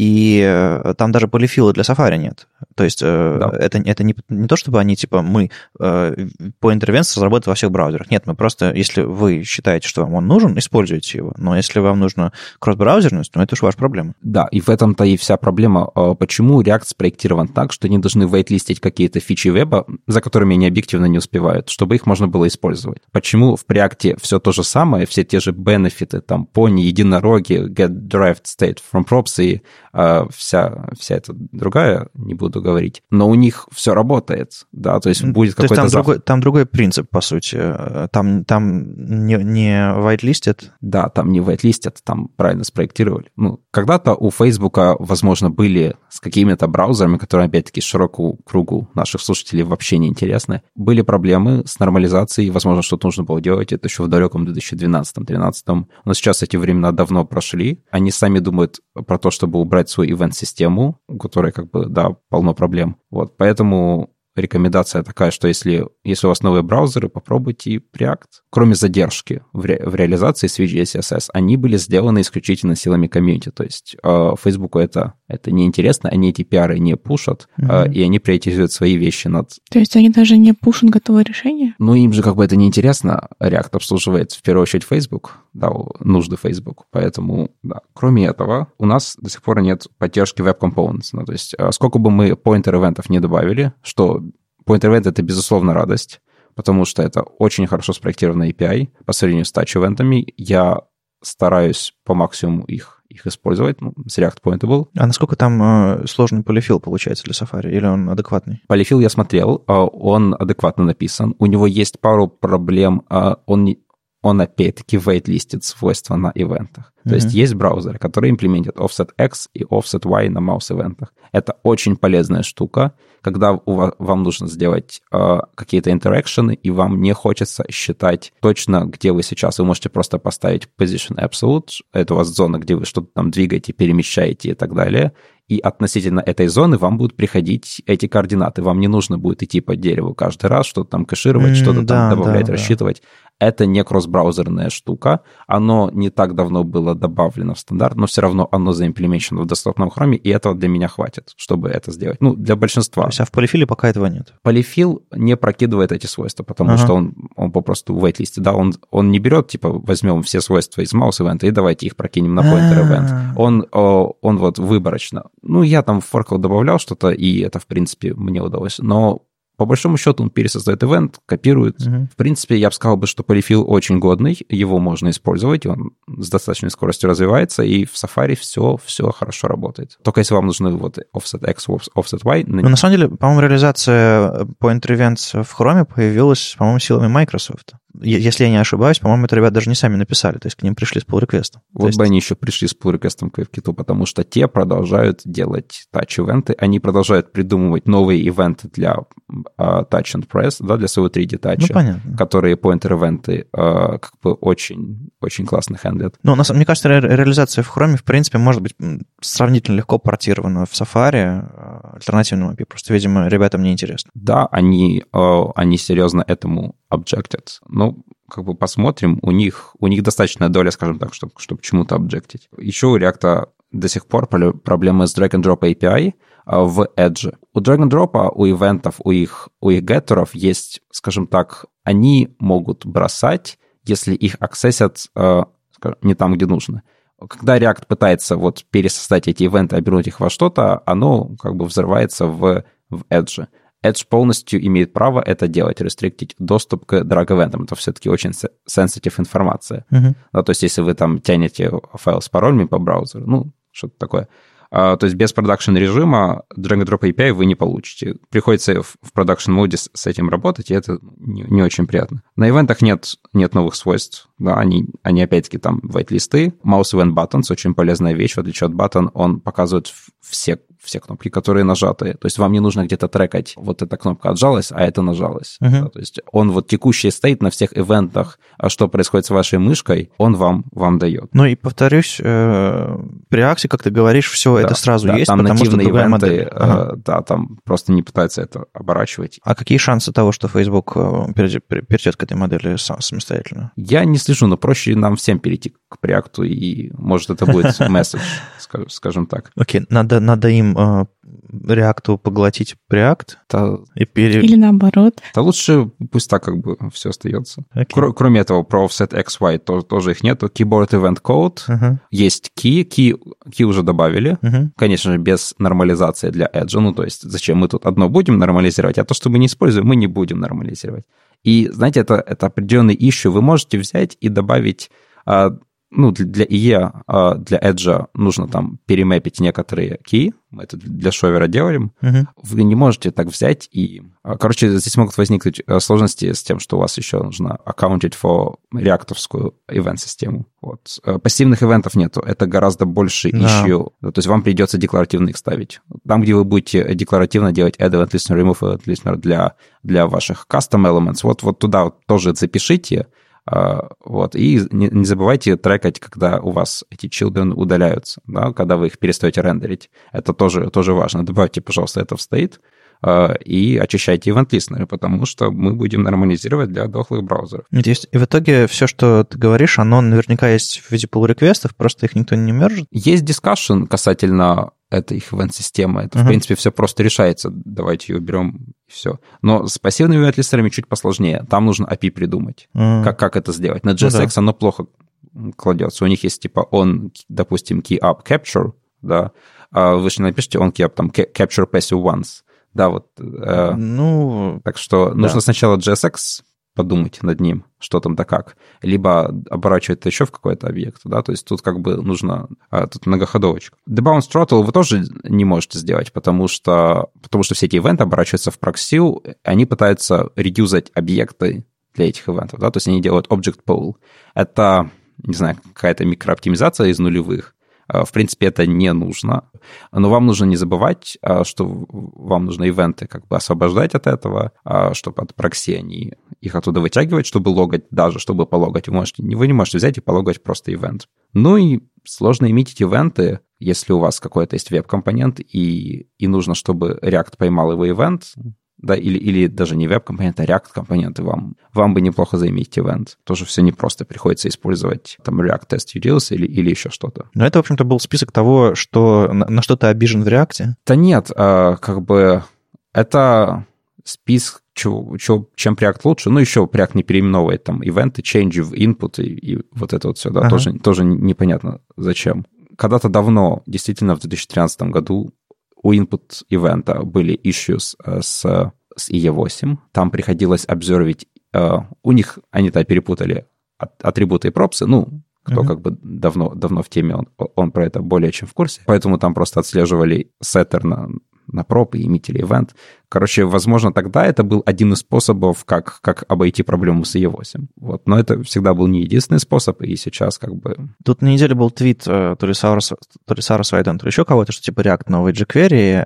и там даже полифила для Safari нет. То есть да. это, это не, не то, чтобы они, типа, мы pointer events разработают во всех браузерах. Нет, мы просто, если вы считаете, что вам он нужен, используйте его. Но если вам нужно кросс-браузерность, ну, это уж ваша проблема. Да, и в этом-то и вся проблема. Почему React спроектирован так, что они должны вейтлистить какие-то фичи веба, за которыми они объективно не успевают, чтобы их можно было использовать? Почему в Preact все то же самое, все те же бенефиты, там, пони, единороги, get derived state from props и э, вся, вся эта другая, не буду говорить, но у них все работает, да, то есть будет то какой-то... Есть там, зав... другой, там другой принцип, по сути. Там, там не, не whitelistят? Да, там не whitelistят, там правильно спроектировали. Ну, когда-то у Фейсбука, возможно, были с какими-то браузерами, которые, опять-таки, широкому кругу наших слушателей вообще не интересны, были проблемы с нормализацией, возможно, что-то нужно было делать, это еще в далеком две тысячи двенадцатом-тринадцатом. Но сейчас эти времена давно прошли. Они сами думают про то, чтобы убрать свою ивент-систему, у которой, как бы, да, полно проблем. Вот, поэтому рекомендация такая, что если, если у вас новые браузеры, попробуйте Preact. Кроме задержки в, ре, в реализации с ви джи эс си эс эс, они были сделаны исключительно силами комьюнити. То есть э, Фейсбуку это, это неинтересно, они эти пиары не пушат, mm-hmm. э, и они приоритизируют свои вещи над... То есть они даже не пушат готовое решение? Ну, им же как бы это неинтересно. React обслуживает в первую очередь Facebook, да, нужды Facebook. Поэтому, да. Кроме этого, у нас до сих пор нет поддержки Web Components. Ну, то есть э, сколько бы мы поинтер-ивентов не добавили, что Pointer Event — это, безусловно, радость, потому что это очень хорошо спроектированный эй пи ай по сравнению с touch-ивентами. Я стараюсь по максимуму их, их использовать, ну, с React Pointable. А насколько там э, сложный полифил получается для Safari, или он адекватный? Полифил я смотрел, он адекватно написан. У него есть пару проблем, он не... он опять-таки вейтлистит свойства на ивентах. То mm-hmm. есть есть браузеры, которые имплементируют offset X и offset Y на маус-ивентах. Это очень полезная штука, когда у вас, вам нужно сделать э, какие-то интеракшены, и вам не хочется считать точно, где вы сейчас. Вы можете просто поставить position absolute, это у вас зона, где вы что-то там двигаете, перемещаете и так далее, и относительно этой зоны вам будут приходить эти координаты. Вам не нужно будет идти по дереву каждый раз, что-то там кэшировать, mm, что-то да, там добавлять, да, рассчитывать. Да. Это не кросс-браузерная штука. Оно не так давно было добавлено в стандарт, но все равно оно заимплементировано в десктопном хроме, и этого для меня хватит, чтобы это сделать. Ну, для большинства. То есть, а в полифиле пока этого нет? Полифил не прокидывает эти свойства, потому ага. что он, он попросту в вейтлисте. Да, он, он не берет, типа, возьмем все свойства из маус-ивента и давайте их прокинем на pointer-event. Он, он вот выборочно. Ну, я там в форкал добавлял что-то, и это, в принципе, мне удалось. Но по большому счету он пересоздает ивент, копирует. Uh-huh. В принципе, я бы сказал, что полифил очень годный, его можно использовать, он с достаточной скоростью развивается, и в Safari все, все хорошо работает. Только если вам нужны вот offset X, offset Y... Ну, на самом деле, по-моему, реализация pointer events в Chrome появилась, по-моему, силами Microsoft. Если я не ошибаюсь, по-моему, это ребята даже не сами написали, то есть к ним пришли с pull-request. Вот есть... бы они еще пришли с pull-request к WebKit, потому что те продолжают делать touch-ивенты, они продолжают придумывать новые ивенты для uh, touch and press, да, для своего три дэ-тача, ну, понятно. Которые pointer-ивенты uh, как бы очень, очень классно хендлят. Ну, на самом, мне кажется, ре- реализация в Chrome, в принципе, может быть сравнительно легко портировано в Safari альтернативным эй пи ай. Просто, видимо, ребятам не интересно. Да, они, они серьезно этому объектят. Ну, как бы посмотрим. У них, у них достаточная доля, скажем так, чтобы, чтобы чему-то объектить. Еще у React до сих пор проблемы с drag-and-drop эй пи ай в Edge. У drag-and-drop, у ивентов, у их, у их геттеров есть, скажем так, они могут бросать, если их аксессят не там, где нужно. Когда React пытается вот пересоздать эти ивенты, обернуть их во что-то, оно как бы взрывается в, в Edge. Edge полностью имеет право это делать, рестриктить доступ к drag-ивентам. Это все-таки очень sensitive информация. Uh-huh. Да, то есть если вы там тянете файл с паролями по браузеру, ну, что-то такое. А, то есть без продакшн-режима drag-and-drop эй пи ай вы не получите. Приходится в, в продакшн-моде с, с этим работать, и это не, не очень приятно. На ивентах нет, нет новых свойств. Да, они, они опять-таки там white-листы. Mouse event buttons, очень полезная вещь, в отличие от button, он показывает все, все кнопки, которые нажаты. То есть вам не нужно где-то трекать, вот эта кнопка отжалась, а это нажалась. Uh-huh. Да, то есть он вот текущий стейт на всех ивентах, что происходит с вашей мышкой, он вам, вам дает. Ну и повторюсь, э, при React, как ты говоришь, все да, это сразу да, есть, там потому что другая ивенты, модель. Ага. Э, да, там просто не пытаются это оборачивать. А какие шансы того, что Facebook перейдет, перейдет к этой модели сам, самостоятельно? Я не слежу, но проще нам всем перейти к React, и может это будет месседж, скажем так. Окей, надо, надо им э, React поглотить React да. и пере... Или наоборот. Да лучше пусть так как бы все остается. Okay. Кр- кроме этого, про offset икс уай тоже, тоже их нету. Keyboard event code. Uh-huh. Есть key. key. Key уже добавили. Uh-huh. Конечно же, без нормализации для Edge. Ну, то есть зачем мы тут одно будем нормализировать, а то, что мы не используем, мы не будем нормализировать. И, знаете, это, это определенный issue. Вы можете взять и добавить... Ну, для ай и, для Edge нужно там перемэпить некоторые key, мы это для шовера делаем. Uh-huh. Вы не можете так взять и... Короче, здесь могут возникнуть сложности с тем, что у вас еще нужно accounted for реактовскую ивент-систему. Вот. Пассивных ивентов нету, это гораздо больше да. issue. То есть вам придется декларативно их ставить. Там, где вы будете декларативно делать add event listener, remove event listener для, для ваших custom elements, вот, вот туда вот тоже запишите. Вот. И не, не забывайте трекать, когда у вас эти children удаляются, да, когда вы их перестаете рендерить. Это тоже, тоже важно. Добавьте, пожалуйста, это в state и очищайте event-листнеры, потому что мы будем нормализировать для дохлых браузеров. Есть. И в итоге все, что ты говоришь, оно наверняка есть в виде pull-реквестов, просто их никто не мержит? Есть дискашн касательно этой их ивент-системы. Это, uh-huh. в принципе, все просто решается. Давайте ее уберем, и все. Но с пассивными ивент-листерами чуть посложнее. Там нужно эй пи ай придумать. Uh-huh. Как, как это сделать? На джей эс экс ну, да. оно плохо кладется. У них есть типа on, допустим, key up capture, да. А вы же напишите on key up, там capture passive once. Да, вот. Ну, так что да. нужно сначала джей эс экс подумать над ним, что там да как, либо оборачивать это еще в какой-то объект, да, то есть тут как бы нужно, тут многоходовочка. Debounce throttle вы тоже не можете сделать, потому что, потому что все эти ивенты оборачиваются в прокси, они пытаются редюзать объекты для этих ивентов, да, то есть они делают object pool. Это, не знаю, какая-то микрооптимизация из нулевых. В принципе, это не нужно. Но вам нужно не забывать, что вам нужно ивенты как бы освобождать от этого, чтобы от прокси они их оттуда вытягивать, чтобы логать, даже чтобы пологать. Вы, можете, вы не можете взять и пологать просто ивент. Ну и сложно имитить ивенты, если у вас какой-то есть веб-компонент, и, и нужно, чтобы React поймал его ивент, да, или, или даже не веб-компонент, а React-компоненты, вам, вам бы неплохо заиметь ивент. Тоже все непросто, приходится использовать там React Test Utils или, или еще что-то. Но это, в общем-то, был список того, что, на, на что ты обижен в React? Да нет, а, как бы это список, чего, чего, чем React лучше. Ну, еще React не переименовывает там ивенты, change в input и, и вот это вот все, да, ага. тоже, тоже непонятно зачем. Когда-то давно, действительно, в две тысячи тринадцатом году у input ивента были issues с, с ай и восемь. Там приходилось обзервить. Uh, у них, они-то перепутали атрибуты и пропсы. Ну, кто uh-huh. как бы давно, давно в теме, он, он про это более чем в курсе. Поэтому там просто отслеживали сеттер на, на проб и имитили ивент. Короче, возможно, тогда это был один из способов, как, как обойти проблему с ай и восемь. Вот. Но это всегда был не единственный способ, и сейчас как бы... Тут на неделе был твит то ли Сара Свайден, то ли еще кого-то, что типа React новый jQuery.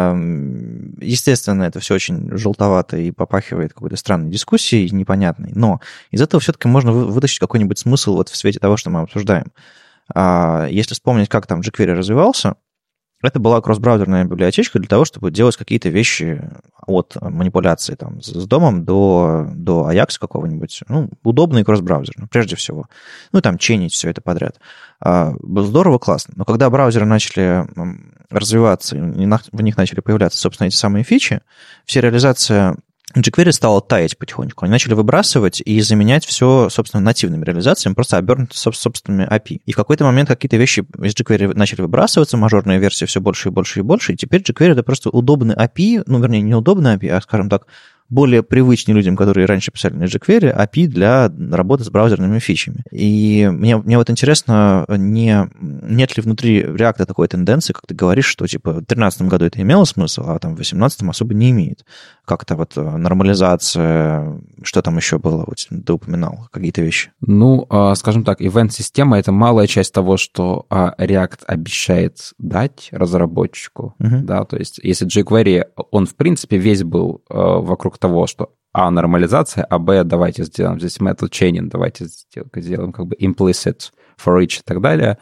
Естественно, это все очень желтовато и попахивает какой-то странной дискуссией, непонятной, но из этого все-таки можно вытащить какой-нибудь смысл вот в свете того, что мы обсуждаем. Если вспомнить, как там jQuery развивался, Это была кросс-браузерная библиотечка для того, чтобы делать какие-то вещи от манипуляции там, с домом до, до Ajax какого-нибудь. Ну, удобно и кросс-браузерно, прежде всего. Ну, там, чейнить все это подряд. Здорово, классно. Но когда браузеры начали развиваться, в них начали появляться, собственно, эти самые фичи, вся реализация jQuery стала таять потихонечку. Они начали выбрасывать и заменять все, собственно, нативными реализациями, просто обернуты собственными эй пи ай. И в какой-то момент какие-то вещи из jQuery начали выбрасываться, мажорные версии все больше и больше и больше, и теперь jQuery — это просто удобный эй пи ай, ну, вернее, не удобный эй пи ай, а, скажем так, более привычный людям, которые раньше писали на jQuery, эй пи ай для работы с браузерными фичами. И мне, мне вот интересно, не, нет ли внутри React такой тенденции, как ты говоришь, что типа в две тысячи тринадцатом году это имело смысл, а там в две тысячи восемнадцатом особо не имеет. Как-то вот нормализация, что там еще было, вот ты упоминал, какие-то вещи. Ну, скажем так, ивент-система — это малая часть того, что React обещает дать разработчику. Uh-huh. Да, то есть если jQuery, он в принципе весь был вокруг того, что а, нормализация, а, б, давайте сделаем здесь method chaining, давайте сделаем как бы implicit for each и так далее.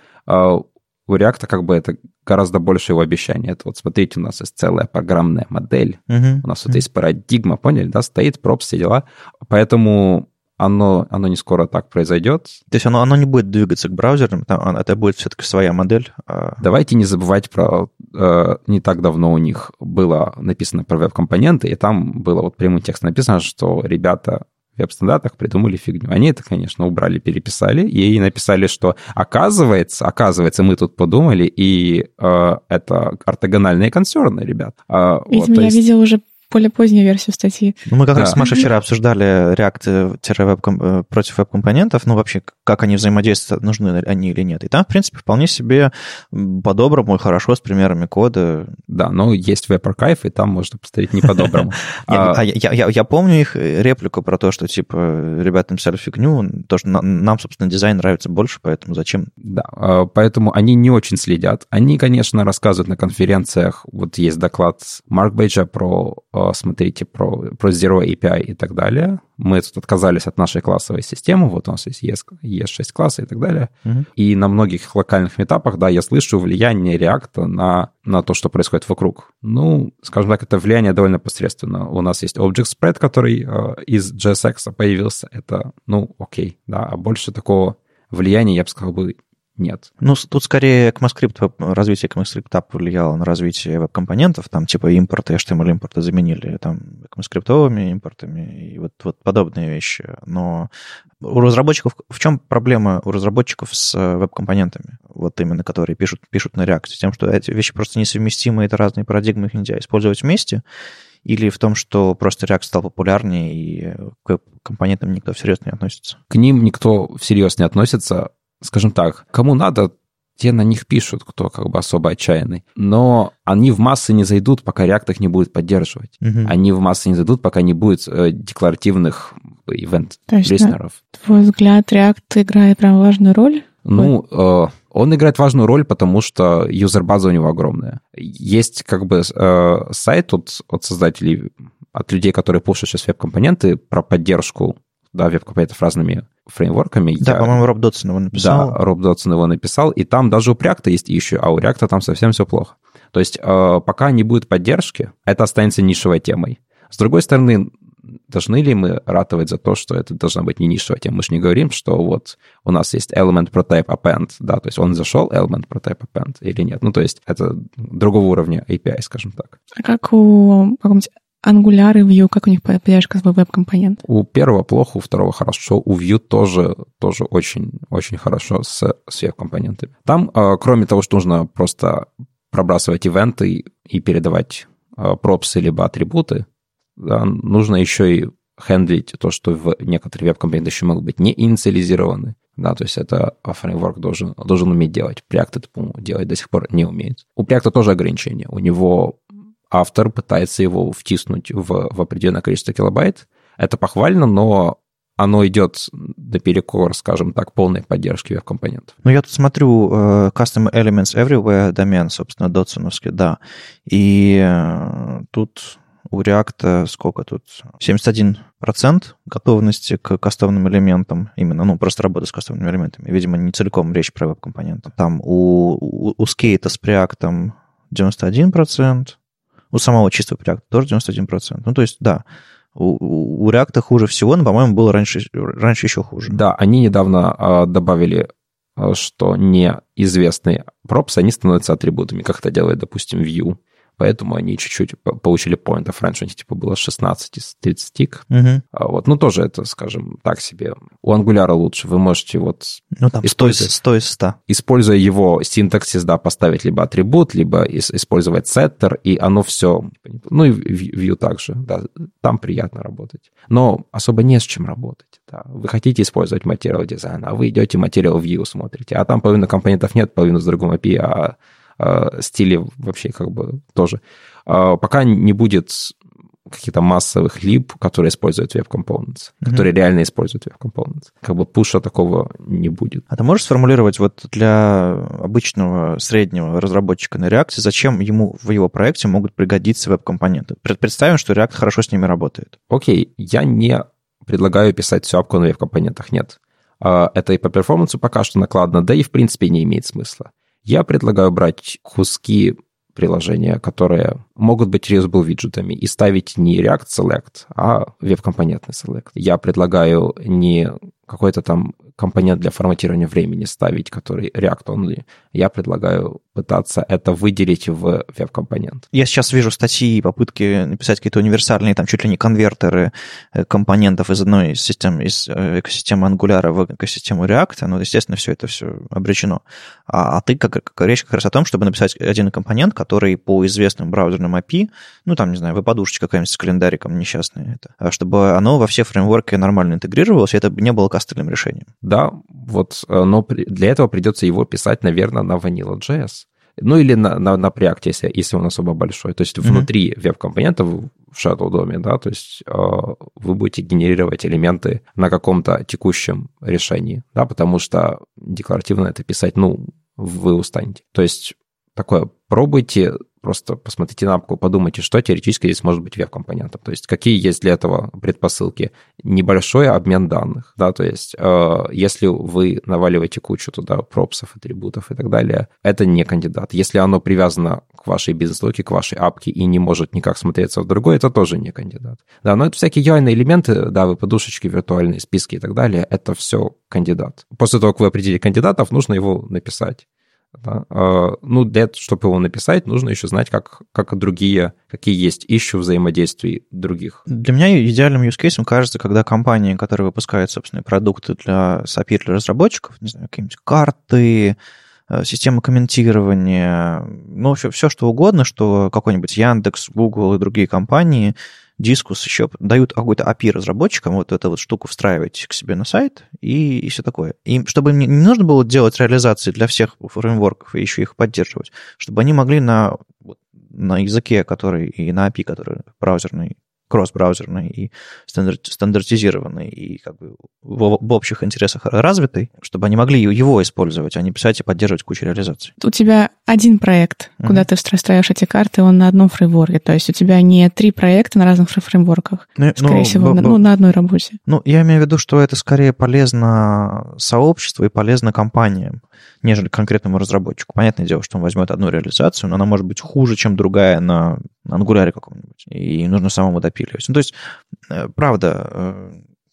У React как бы это гораздо больше его обещаний. Это вот смотрите, у нас есть целая программная модель, uh-huh. у нас uh-huh. вот есть парадигма, поняли, да, стоит, пропс, все дела. Поэтому оно, оно не скоро так произойдет. То есть оно, оно не будет двигаться к браузерам, там, это будет все-таки своя модель. Давайте не забывать про... Э, не так давно у них было написано про веб-компоненты, и там было вот прямым текстом написано, что ребята в веб-стандартах придумали фигню. Они это, конечно, убрали, переписали, и написали, что оказывается, оказывается, мы тут подумали, и э, это ортогональные консерны, ребят. Э, Видимо, вот, я есть... видела уже более позднюю версию статьи. Ну, мы как да. раз с Машей вчера обсуждали React против веб-компонентов, ну, вообще, как они взаимодействуют, нужны они или нет. И там, в принципе, вполне себе по-доброму и хорошо с примерами кода. Да, но есть веб-архив, и там можно посмотреть не по-доброму. Я помню их реплику про то, что, типа, ребята написали фигню, то, что нам, собственно, дизайн нравится больше, поэтому зачем? Да, поэтому они не очень следят. Они, конечно, рассказывают на конференциях, вот есть доклад Марк Бейджа про смотрите, про, про Zero эй пи ай и так далее. Мы тут отказались от нашей классовой системы, вот у нас есть и эс шесть классы и так далее. Uh-huh. И на многих локальных метапах, да, я слышу влияние React на, на то, что происходит вокруг. Ну, скажем так, это влияние довольно посредственно. У нас есть Object Spread, который э, из джей эс экс появился. Это, ну, окей, да, а больше такого влияния, я бы сказал, бы нет. Ну, тут скорее ECMAScript, развитие ECMAScript повлияло на развитие веб-компонентов, там типа импорты, эйч ти эм эль-импорты заменили там ECMAScript-овыми импортами и вот, вот подобные вещи. Но у разработчиков... В чем проблема у разработчиков с веб-компонентами, вот именно которые пишут, пишут на React? Тем, что эти вещи просто несовместимы, это разные парадигмы, их нельзя использовать вместе, или в том, что просто React стал популярнее, и к компонентам никто всерьез не относится? К ним никто всерьез не относится. Скажем так, кому надо, те на них пишут, кто как бы особо отчаянный. Но они в массы не зайдут, пока React их не будет поддерживать. Uh-huh. Они в массы не зайдут, пока не будет э, декларативных ивент-листнеров. Твой взгляд, React играет прям важную роль? Ну, э, он играет важную роль, потому что юзер-база у него огромная. Есть как бы э, сайт от, от создателей, от людей, которые пушат сейчас веб-компоненты, про поддержку, да, веб-компонентов разными фреймворками. Да, я... по-моему, Роб Дотсон его написал. Да, Роб Дотсон его написал, и там даже у React есть issue, а у React там совсем все плохо. То есть э, пока не будет поддержки, это останется нишевой темой. С другой стороны, должны ли мы ратовать за то, что это должна быть не нишевая тема? Мы же не говорим, что вот у нас есть element prototype append, да, то есть он зашел element prototype append или нет. Ну, то есть это другого уровня эй пи ай, скажем так. А как у каком-нибудь Angular и Vue, как у них поддержка с веб-компонент? У первого плохо, у второго хорошо, у Vue тоже, тоже очень, очень хорошо с, с веб-компонентами. Там, э, кроме того, что нужно просто пробрасывать ивенты и передавать э, пропсы либо атрибуты, да, нужно еще и хендлить то, что в некоторые веб-компоненты еще могут быть не инициализированы. Да, то есть это фреймворк должен, должен уметь делать. React это, по-моему, делать до сих пор не умеет. У React тоже ограничения. У него автор пытается его втиснуть в, в определенное количество килобайт. Это похвально, но оно идет наперекор, скажем так, полной поддержки веб-компонентов. Ну, я тут смотрю uh, Custom Elements Everywhere домен, собственно, дотсоновский, да. И uh, тут у React сколько тут? семьдесят один процент готовности к кастомным элементам. Именно, ну, просто работа с кастомными элементами. Видимо, не целиком речь про веб-компоненты. Там у, у, у Skate с React девяносто один процент. У самого чистого React тоже девяносто один процент. Ну, то есть, да, у, у React хуже всего, но, по-моему, было раньше, раньше еще хуже. Да, они недавно э, добавили, э, что неизвестные пропсы, они становятся атрибутами, как это делает, допустим, Vue. Поэтому они чуть-чуть получили поинтов. Раньше у них типа было шестнадцать из тридцати. Угу. А вот, ну, тоже это, скажем, так себе. У Angular лучше. Вы можете вот... Ну, там сто из ста. Используя его синтаксис, да, поставить либо атрибут, либо использовать setter, и оно все... Ну, и Vue также, да, там приятно работать. Но особо не с чем работать. Да. Вы хотите использовать Material Design, а вы идете Material View смотрите, а там половина компонентов нет, половину с другом эй пи ай, а стили вообще как бы тоже. Пока не будет каких-то массовых либ, которые используют Web Components, mm-hmm. которые реально используют Web Components. Как бы пуша такого не будет. А ты можешь сформулировать вот для обычного среднего разработчика на React, зачем ему в его проекте могут пригодиться веб-компоненты? Представим, что React хорошо с ними работает. Окей, я не предлагаю писать всю апку на веб-компонентах, нет. Это и по перформансу пока что накладно, да и в принципе не имеет смысла. Я предлагаю брать куски приложения, которые могут быть reusable виджетами, и ставить не React Select, а веб-компонентный Select. Я предлагаю не какой-то там компонент для форматирования времени ставить, который React only. Я предлагаю пытаться это выделить в веб-компонент. Я сейчас вижу статьи и попытки написать какие-то универсальные, там чуть ли не конвертеры компонентов из одной из систем, из экосистемы Angular в экосистему React. Ну, естественно, все это все обречено. А, а ты, как, как речь как раз о том, чтобы написать один компонент, который по известным браузерным эй пи ай, ну, там, не знаю, веб-подушечка какая-нибудь с календариком несчастная, это, чтобы оно во все фреймворки нормально интегрировалось, и это не было кастомным решением. Да, вот, но для этого придется его писать, наверное, на Vanilla.js. Ну, или на, на, на Preact, если, если он особо большой. То есть mm-hmm. внутри веб-компонентов в Shadow дом, да, то есть э, вы будете генерировать элементы на каком-то текущем решении, да, потому что декларативно это писать, ну, вы устанете. То есть такое пробуйте, просто посмотрите на апку, подумайте, что теоретически здесь может быть веб-компонентом. То есть какие есть для этого предпосылки. Небольшой обмен данных, да, то есть э, если вы наваливаете кучу туда пропсов, атрибутов и так далее, это не кандидат. Если оно привязано к вашей бизнес-логике, к вашей апке и не может никак смотреться в другой, это тоже не кандидат. Да, но это всякие ю ай-ные элементы, да, вы подушечки, виртуальные списки и так далее, это все кандидат. После того, как вы определили кандидатов, нужно его написать. Да. Ну, для того, чтобы его написать, нужно еще знать, как, как другие, какие есть issue взаимодействий других. Для меня идеальным use case кажется, когда компании, которые выпускают собственные продукты для эс эй пи ай для разработчиков, не знаю, какие-нибудь карты, системы комментирования, ну, все, все что угодно, что какой-нибудь Яндекс, Google и другие компании, Disqus еще дают какой-то эй пи ай разработчикам, вот эту вот штуку встраивать к себе на сайт и, и все такое. И чтобы им не нужно было делать реализации для всех фреймворков и еще их поддерживать, чтобы они могли на, на языке, который и на эй пи ай, который браузерный, кросс-браузерный и стандартизированный, и как бы в, в общих интересах развитый, чтобы они могли его использовать, а не писать и поддерживать кучу реализаций. У тебя один проект, mm-hmm. куда ты встраиваешь эти карты, он на одном фреймворке, то есть у тебя не три проекта на разных фреймворках, ну, скорее ну, всего, б, на, ну, на одной работе. Ну, я имею в виду, что это скорее полезно сообществу и полезно компаниям, нежели конкретному разработчику. Понятное дело, что он возьмет одну реализацию, но она может быть хуже, чем другая на Angular каком-нибудь, и нужно самому допиливать. Ну, то есть, правда,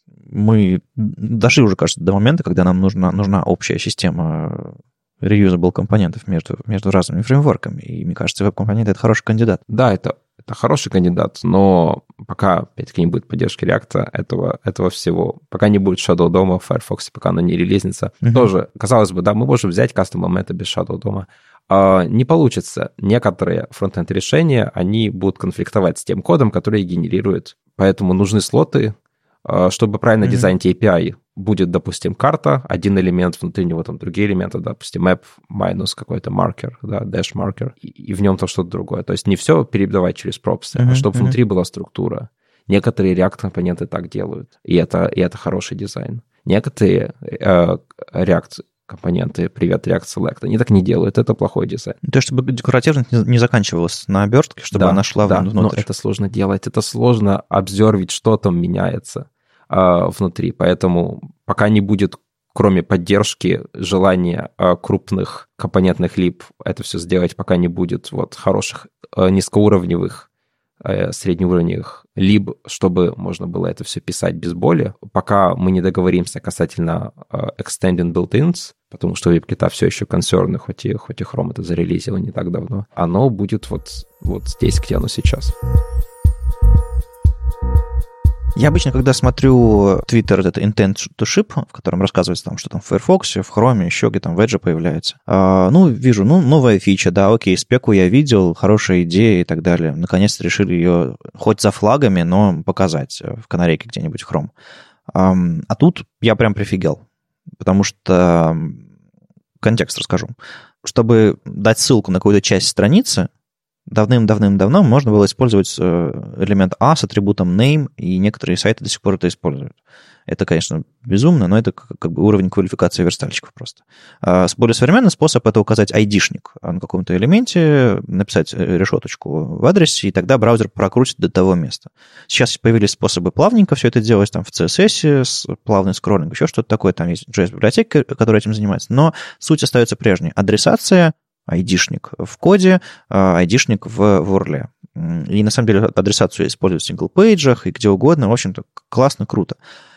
мы дошли уже, кажется, до момента, когда нам нужна, нужна общая система reusable компонентов между, между разными фреймворками, и, мне кажется, веб-компоненты — это хороший кандидат. Да, это, это хороший кандидат, но пока, опять-таки, не будет поддержки React, этого, этого всего, пока не будет Shadow дома в Firefox, пока она не релизнится, uh-huh. тоже, казалось бы, да, мы можем взять кастом моменты без Shadow дома. Uh, не получится. Некоторые фронтенд решения, они будут конфликтовать с тем кодом, который генерирует. Поэтому нужны слоты, uh, чтобы правильно mm-hmm. дизайнить эй пи ай. Будет, допустим, карта, один элемент, внутри него там другие элементы, допустим, map минус какой-то маркер, да, dash маркер, и, и в нем там что-то другое. То есть не все передавать через пропсы, mm-hmm. а чтобы mm-hmm. внутри была структура. Некоторые React-компоненты так делают, и это, и это хороший дизайн. Некоторые uh, React компоненты «Привет, React Select». Они так не делают, это плохой дизайн. То есть, чтобы декоративность не заканчивалась на обертке, чтобы да, она шла да, внутрь. Но это сложно делать, это сложно обзервить, что там меняется а, внутри. Поэтому пока не будет кроме поддержки, желания крупных компонентных либ это все сделать, пока не будет вот хороших низкоуровневых, среднеуровневых либ, чтобы можно было это все писать без боли, пока мы не договоримся касательно extending built-ins, потому что WebKit все еще консерны, хоть и, хоть и Chrome это зарелизил не так давно, оно будет вот, вот здесь, где оно сейчас. Я обычно, когда смотрю Twitter, это Intent to Ship, в котором рассказывается, там, что там в Firefox, в Chrome, еще где там в Edge появляется. А, ну, вижу, ну, новая фича, да, окей, спеку я видел, хорошая идея и так далее. Наконец-то решили ее хоть за флагами, но показать в канарейке где-нибудь в Chrome. А, а тут я прям прифигел, потому что контекст расскажу. Чтобы дать ссылку на какую-то часть страницы, давным-давным-давно можно было использовать элемент A с атрибутом name, и некоторые сайты до сих пор это используют. Это, конечно, безумно, но это как бы уровень квалификации верстальщиков просто. Более современный способ — это указать айдишник на каком-то элементе, написать решеточку в адресе, и тогда браузер прокрутит до того места. Сейчас появились способы плавненько все это делать, там в си эс эс, с плавный скроллинг, еще что-то такое, там есть джей эс-библиотека, которая этим занимается, но суть остается прежней. Адресация, айдишник в коде, айдишник в урле. И на самом деле адресацию используют в сингл-пейджах и где угодно. В общем-то, классно, круто.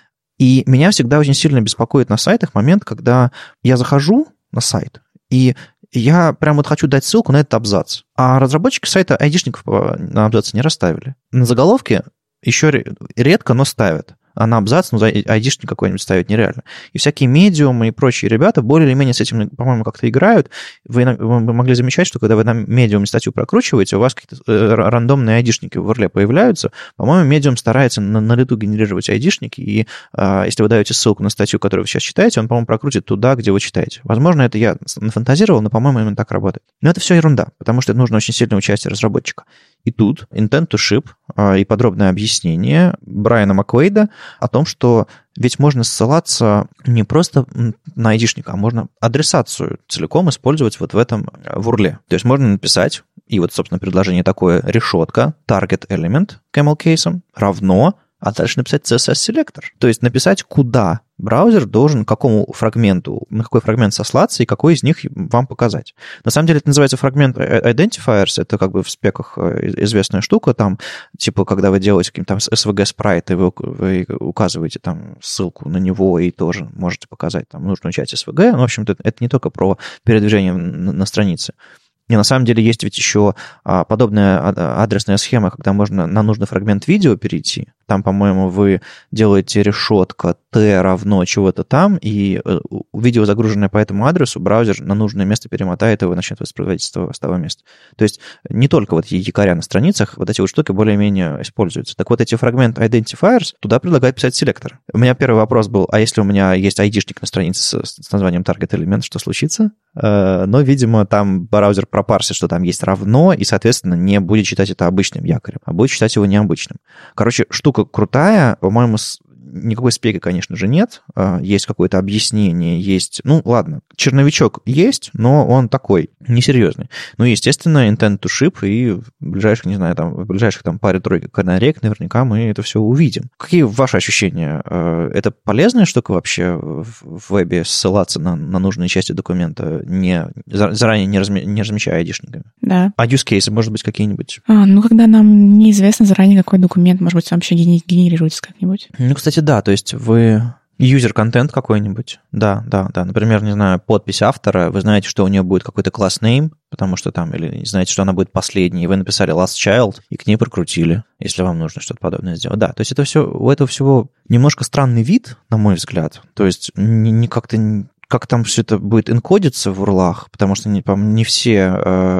И меня всегда очень сильно беспокоит на сайтах момент, когда я захожу на сайт, и я прям вот хочу дать ссылку на этот абзац. А разработчики сайта айдишников на абзаце не расставили. На заголовке еще редко, но ставят. А на абзац, ну, айдишник какой-нибудь ставить нереально. И всякие медиумы и прочие ребята более или менее с этим, по-моему, как-то играют. Вы, вы могли замечать, что когда вы на медиуме статью прокручиваете, у вас какие-то рандомные айдишники в урле появляются. По-моему, медиум старается на, на лету генерировать айдишники, и а, если вы даете ссылку на статью, которую вы сейчас читаете, он, по-моему, прокрутит туда, где вы читаете. Возможно, это я нафантазировал, но, по-моему, именно так работает. Но это все ерунда, потому что это нужно очень сильное участие разработчика. И тут Intent to Ship а, и подробное объяснение Брайана Маквейда о том, что ведь можно ссылаться не просто на айдишник, а можно адресацию целиком использовать вот в этом в урле. То есть можно написать, и вот, собственно, предложение такое, решетка, target element camel case равно, а дальше написать си эс эс-селектор. То есть написать, куда браузер должен, к какому фрагменту, на какой фрагмент сослаться и какой из них вам показать. На самом деле это называется фрагмент identifiers, это как бы в спеках известная штука, там, типа, когда вы делаете каким-то там эс ви джи-спрайт, и вы, вы указываете там ссылку на него и тоже можете показать там нужную часть эс ви джи, ну, в общем-то, это не только про передвижение на, на странице. И на самом деле есть ведь еще подобная адресная схема, когда можно на нужный фрагмент видео перейти. Там, по-моему, вы делаете решетка t равно чего-то там, и видео, загруженное по этому адресу, браузер на нужное место перемотает его и начнет воспроизводить с того, с того места. То есть не только вот якоря на страницах, вот эти вот штуки более-менее используются. Так вот эти фрагменты identifiers туда предлагают писать селектор. У меня первый вопрос был, а если у меня есть айдишник на странице с, с названием target element, что случится? Но, видимо, там браузер пропарсит, что там есть равно, и, соответственно, не будет считать это обычным якорем, а будет считать его необычным. Короче, штука крутая, по-моему, никакой спеки, конечно же, нет. Есть какое-то объяснение, есть... Ну, ладно, черновичок есть, но он такой, несерьезный. Ну, естественно, intent to ship, и в ближайших, не знаю, там, в ближайших там паре-тройке канарейк наверняка мы это все увидим. Какие ваши ощущения? Это полезная штука вообще в вебе ссылаться на, на нужные части документа, не, заранее не, разми, не размечая айдишниками? Да. А use cases, может быть, какие-нибудь? А, ну, когда нам неизвестно заранее, какой документ, может быть, он вообще генерируется как-нибудь. Ну, кстати, да, то есть вы юзер-контент какой-нибудь, да, да, да, например, не знаю, подпись автора, вы знаете, что у нее будет какой-то класс name, потому что там, или знаете, что она будет последней, и вы написали last child, и к ней прокрутили, если вам нужно что-то подобное сделать. Да, то есть это все, у этого всего немножко странный вид, на мой взгляд, то есть не, не как-то... как там все это будет энкодиться в урлах, потому что не, не все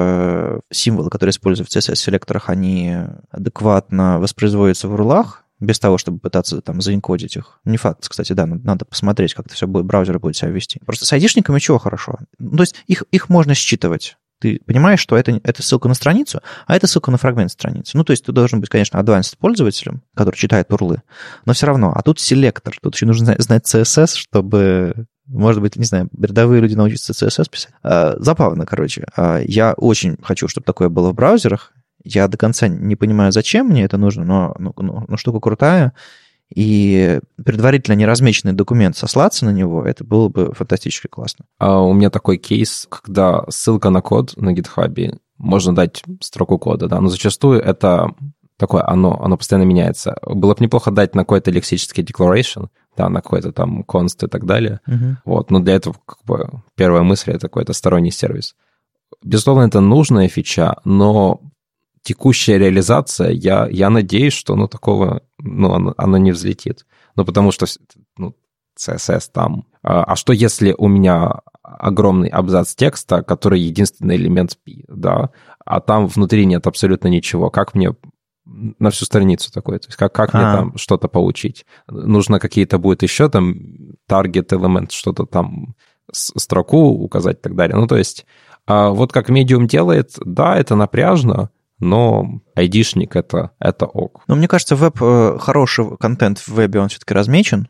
э, символы, которые используют в си эс эс-селекторах, они адекватно воспроизводятся в урлах, без того, чтобы пытаться там заэнкодить их. Не факт, кстати, да, надо посмотреть, как это все будет, браузер будет себя вести. Просто с айдишниками чего хорошо? Ну, то есть их, их можно считывать. Ты понимаешь, что это, это ссылка на страницу, а это ссылка на фрагмент страницы. Ну, то есть ты должен быть, конечно, advanced пользователем, который читает урлы, но все равно. А тут селектор, тут еще нужно знать си эс эс, чтобы... Может быть, не знаю, рядовые люди научатся си эс эс писать. А, забавно, короче. А, я очень хочу, чтобы такое было в браузерах. Я до конца не понимаю, зачем мне это нужно, но ну, ну, ну, штука крутая. и предварительно неразмеченный документ сослаться на него, это было бы фантастически классно. А у меня такой кейс, когда ссылка на код на GitHub, можно дать строку кода, да, но зачастую это такое, оно, оно постоянно меняется. Было бы неплохо дать на какой-то лексический declaration, да, на какой-то там const и так далее. Uh-huh. Вот, но для этого как бы первая мысль — это какой-то сторонний сервис. Безусловно, это нужная фича, но текущая реализация, я, я надеюсь, что ну, такого, ну, оно, оно не взлетит. Ну, потому что ну, си эс эс там. А, а что если у меня огромный абзац текста, который единственный элемент пи, да, а там внутри нет абсолютно ничего? Как мне на всю страницу такое? То есть как, как мне там что-то получить? Нужно какие-то будет еще там target element, что-то там, строку указать и так далее. Ну, то есть а вот как Medium делает, да, это напряжно, но айдишник это, это ок. Ну, мне кажется, веб, хороший контент в вебе, он все-таки размечен.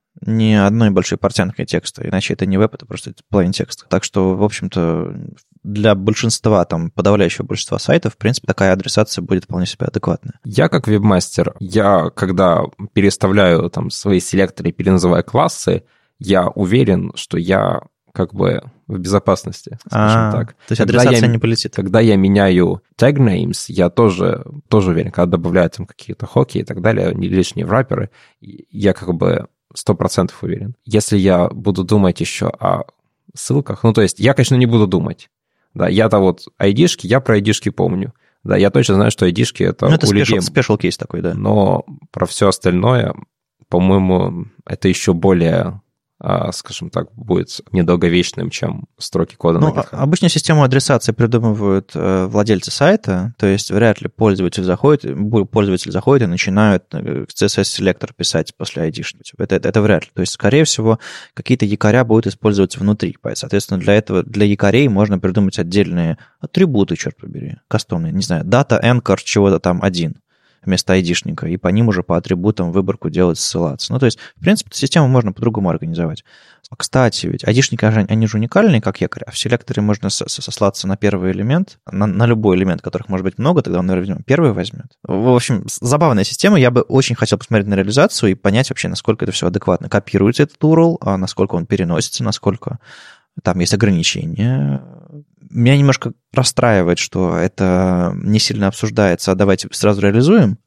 Не одной большой портянкой текста, иначе это не веб, это просто plain текст. Так что, в общем-то, для большинства, там, подавляющего большинства сайтов, в принципе, такая адресация будет вполне себе адекватная. Я как вебмастер, я, когда переставляю там свои селекторы, переназывая классы, я уверен, что я как бы в безопасности, скажем А, так. То есть адресация я, не полетит. Когда я меняю tag names, я тоже, тоже уверен, когда добавляю там какие-то хоки и так далее, не лишние врапперы, я как бы сто процентов уверен. Если я буду думать еще о ссылках, ну, то есть я, конечно, не буду думать. Да, я-то вот айдишки, я про айдишки помню. Да, я точно знаю, что айдишки это, ну, это у людей... спешл кейс такой, да. Но про все остальное, по-моему, это еще более... скажем так, будет недолговечным, чем строки кода ну, на GitHub. Обычно систему адресации придумывают э, владельцы сайта, то есть вряд ли пользователь заходит, пользователь заходит и начинают си эс эс-селектор писать после айдишника. Это, это, это вряд ли. То есть, скорее всего, какие-то якоря будут использоваться внутри. Соответственно, для этого, для якорей можно придумать отдельные атрибуты, черт побери, кастомные. Не знаю, data anchor чего-то там один вместо айдишника, и по ним уже по атрибутам выборку делать, ссылаться. Ну, то есть, в принципе, систему можно по-другому организовать. Кстати, ведь айдишники, они же уникальные, как якорь, а в селекторе можно сослаться на первый элемент, на, на любой элемент, которых может быть много, тогда он, наверное, первый возьмет. В общем, забавная система, я бы очень хотел посмотреть на реализацию и понять вообще, насколько это все адекватно. Копируется этот ю ар эл, а насколько он переносится, насколько там есть ограничения. Меня немножко расстраивает, что это не сильно обсуждается, а давайте сразу реализуем,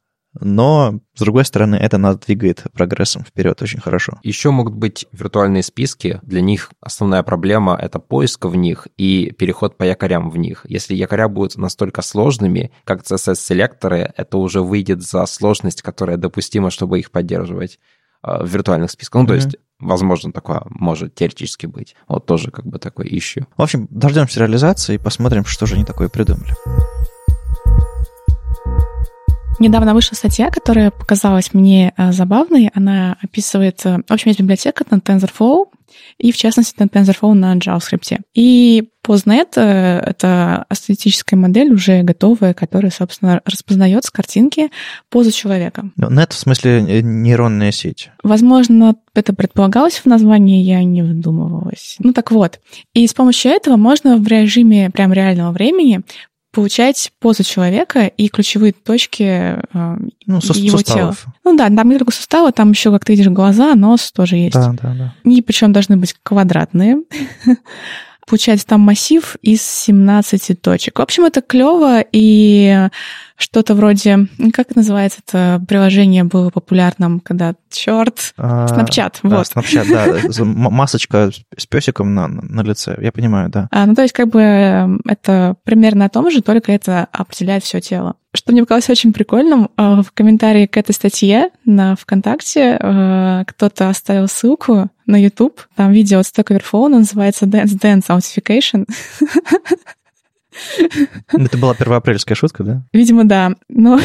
но, с другой стороны, это нас двигает прогрессом вперед очень хорошо. Еще могут быть виртуальные списки. Для них основная проблема — это поиск в них и переход по якорям в них. Если якоря будут настолько сложными, как си эс эс-селекторы, это уже выйдет за сложность, которая допустима, чтобы их поддерживать в виртуальных списках. Ну, то mm-hmm. есть, возможно, такое может теоретически быть. Вот тоже как бы такой issue. В общем, дождемся реализации и посмотрим, что же они такое придумали. Недавно вышла статья, которая показалась мне забавной. Она описывает... В общем, есть библиотека на TensorFlow, и, в частности, на TensorFlow на JavaScript. И PostNet — это аналитическая модель уже готовая, которая, собственно, распознает с картинки позу человека. Нет, в смысле нейронная сеть? Возможно, это предполагалось в названии, я не вдумывалась. Ну так вот. И с помощью этого можно в режиме прям реального времени получать позу человека и ключевые точки э, ну, со- его суставов. тела. Ну да, там не только суставы, там еще, как ты видишь, глаза, нос тоже есть. Да, да, да. И причем должны быть квадратные. Получается там массив из семнадцати точек. В общем, это клево, и что-то вроде... Как это называется? Это приложение было популярным, когда... Черт! Snapchat. А, вот. Snapchat, да. Масочка с песиком на, на лице. Я понимаю, да. А, ну, то есть, как бы, это примерно о том же, только это определяет все тело. Что мне показалось очень прикольным, в комментарии к этой статье на ВКонтакте кто-то оставил ссылку на YouTube. Там видео от Stack Overflow, называется Dance Dance Authentication. Это была первоапрельская шутка, да? Видимо, да. Но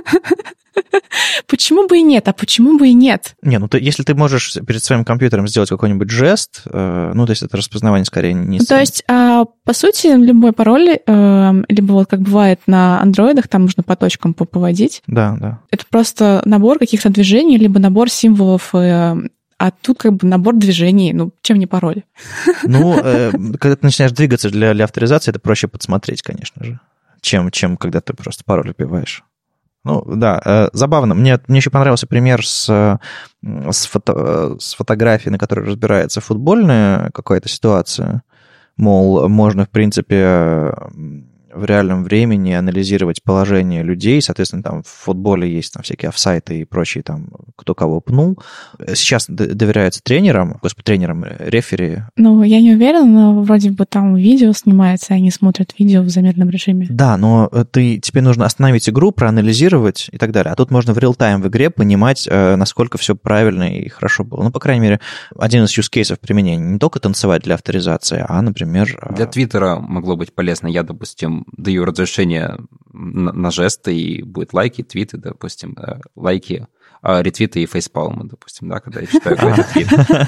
почему бы и нет? А почему бы и нет? Не, ну ты, если ты можешь перед своим компьютером сделать какой-нибудь жест, э, ну, то есть это распознавание скорее не... Ну, то есть, а, по сути, любой пароль, э, либо вот как бывает на андроидах, там нужно по точкам поводить. Да, да. Это просто набор каких-то движений, либо набор символов, э, а тут как бы набор движений, ну, чем не пароль? Ну, э, когда ты начинаешь двигаться для, для авторизации, это проще подсмотреть, конечно же, чем, чем когда ты просто пароль вбиваешь. Ну, да, забавно. Мне, мне еще понравился пример с, с, фото, с фотографией, на которой разбирается футбольная какая-то ситуация. Мол, можно, в принципе, в реальном времени анализировать положение людей. Соответственно, там в футболе есть там всякие офсайты и прочие, там, кто кого пнул. Сейчас доверяется тренерам, господи, тренерам, рефери. Ну, я не уверена, но вроде бы там видео снимается, и они смотрят видео в замедленном режиме. Да, но ты, тебе нужно остановить игру, проанализировать и так далее. А тут можно в реал-тайм в игре понимать, насколько все правильно и хорошо было. Ну, по крайней мере, один из use cases применения. Не только танцевать для авторизации, а, например... Для Твиттера могло быть полезно. Я, допустим, даю разрешение на, на жесты, и будет лайки, твиты, допустим, лайки, ретвиты и фейспалмы, допустим, да, когда я читаю какой-то твит.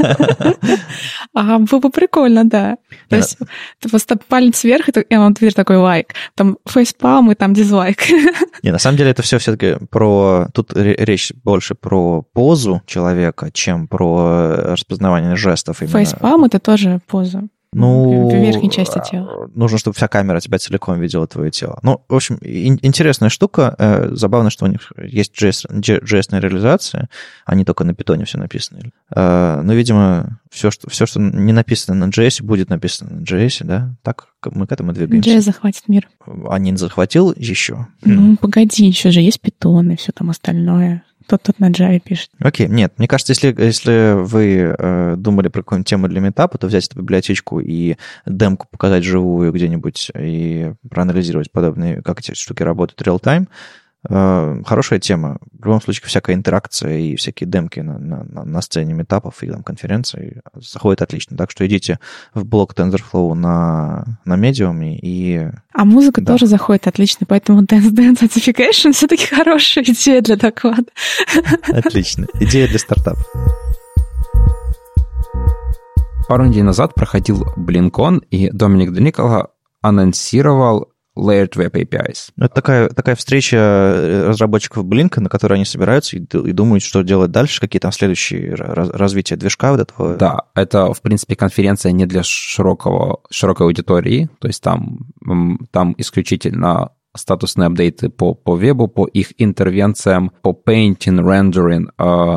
А, было бы прикольно, да. То есть ты просто палец вверх, и он твит такой лайк, там фейспалм и там дизлайк. Не, на самом деле это все все-таки про... Тут речь больше про позу человека, чем про распознавание жестов. Фейспалм — это тоже поза. Ну, в верхней части тела. Нужно, чтобы вся камера тебя целиком видела твое тело. Ну, в общем, интересная штука. Забавно, что у них есть джей эс-ная реализация, а не только на питоне все написано. Но, видимо, все, что, все, что не написано на джей эс, будет написано на джей эс, да? Так мы к этому двигаемся. джей эс захватит мир. А не захватил еще? Ну, погоди, еще же есть питон и все там остальное. Тот тут на Java пишет. Окей, okay. Нет, мне кажется, если, если вы э, думали про какую-нибудь тему для метапа, то взять эту библиотечку и демку показать живую где-нибудь и проанализировать подобные, как эти штуки работают real-time, э, хорошая тема. В любом случае, всякая интеракция и всякие демки на, на, на сцене метапов и там, конференций заходят отлично. Так что идите в блог TensorFlow на, на Medium и... А музыка да. тоже заходит отлично, поэтому Dance Dance Certification все-таки хорошая идея для доклада. Отлично. Идея для стартапа. Пару недель назад проходил BlinkOn, и Доминик Де Никола анонсировал Layered Web эй пи айс. Это такая, такая встреча разработчиков Blink, на которой они собираются и, и думают, что делать дальше, какие там следующие раз, развития движка вот этого. Да, это, в принципе, конференция не для широкого, широкой аудитории, то есть там, там исключительно статусные апдейты по, по вебу, по их интервенциям, по painting, rendering,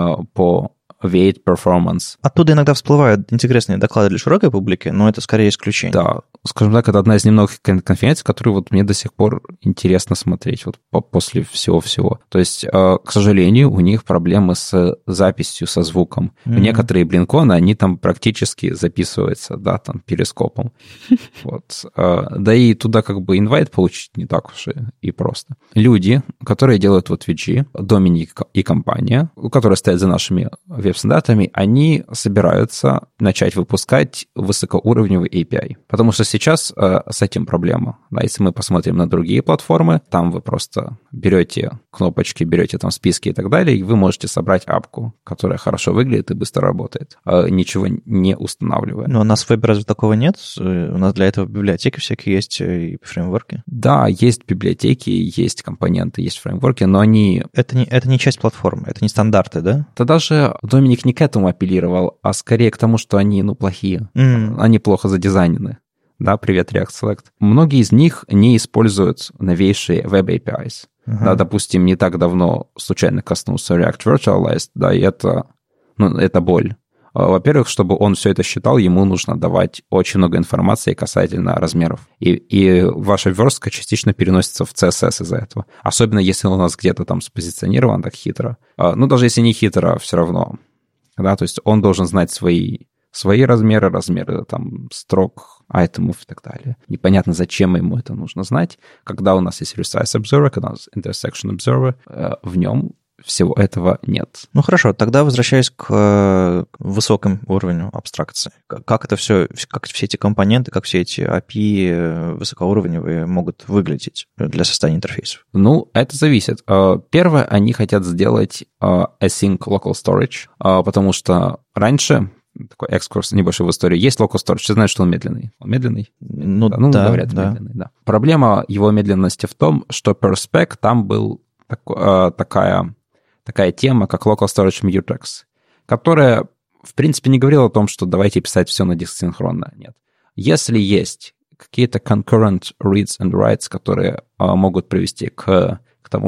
по weight performance. Оттуда иногда всплывают интересные доклады для широкой публики, но это скорее исключение. Да, скажем так, это одна из немногих конференций, которую вот мне до сих пор интересно смотреть вот после всего-всего. То есть, к сожалению, у них проблемы с записью, со звуком. Mm-hmm. Некоторые блинконы, они там практически записываются, да, там, перископом. Вот. Да и туда как бы инвайт получить не так уж и просто. Люди, которые делают вот ви джи, Доминик и компания, которые стоят за нашими веб-стандартами, они собираются начать выпускать высокоуровневый эй пи ай. Потому что сейчас э, с этим проблема. Да, если мы посмотрим на другие платформы, там вы просто берете кнопочки, берете там списки и так далее, и вы можете собрать апку, которая хорошо выглядит и быстро работает, э, ничего не устанавливая. Но у нас в вебе разве такого нет? У нас для этого библиотеки всякие есть и фреймворки. Да, есть библиотеки, есть компоненты, есть фреймворки, но они... Это не, это не часть платформы, это не стандарты, да? Это даже Доминик не к этому апеллировал, а скорее к тому, что они, ну, плохие. Mm. Они плохо задизайнены. Да, привет, React Select. Многие из них не используют новейшие Web эй пи айс. Uh-huh. Да, допустим, не так давно случайно коснулся React Virtualized, да, и это, ну, это боль. Во-первых, чтобы он все это считал, ему нужно давать очень много информации касательно размеров. И, и ваша верстка частично переносится в си эс эс из-за этого. Особенно если он у нас где-то там спозиционирован так хитро. Ну, даже если не хитро, все равно. Да, то есть он должен знать свои, свои размеры, размеры там строк, айтемов и так далее. Непонятно, зачем ему это нужно знать. Когда у нас есть Resize Observer, когда у нас Intersection Observer, в нем всего этого нет. Ну хорошо, тогда возвращаясь к, к высокому уровню абстракции. Как это все, как все эти компоненты, как все эти эй пи ай высокоуровневые могут выглядеть для создания интерфейсов? Ну, это зависит. Первое, они хотят сделать async local storage, потому что раньше, такой экскурс небольшой в историю, есть local storage, все знают, что он медленный. Он медленный? Ну, да, ну да, говорят, да. медленный, да. Проблема его медленности в том, что per spec там был так, такая... такая тема, как Local Storage Mutex, которая, в принципе, не говорила о том, что давайте писать все на диск синхронно. Нет. Если есть какие-то concurrent reads and writes, которые а, могут привести к, к тому, что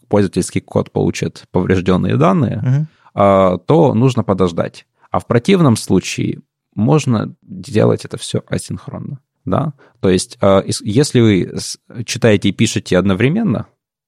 пользовательский код получит поврежденные данные, Угу. то нужно подождать. А в противном случае можно делать это все асинхронно. Да? То есть если вы читаете и пишете одновременно,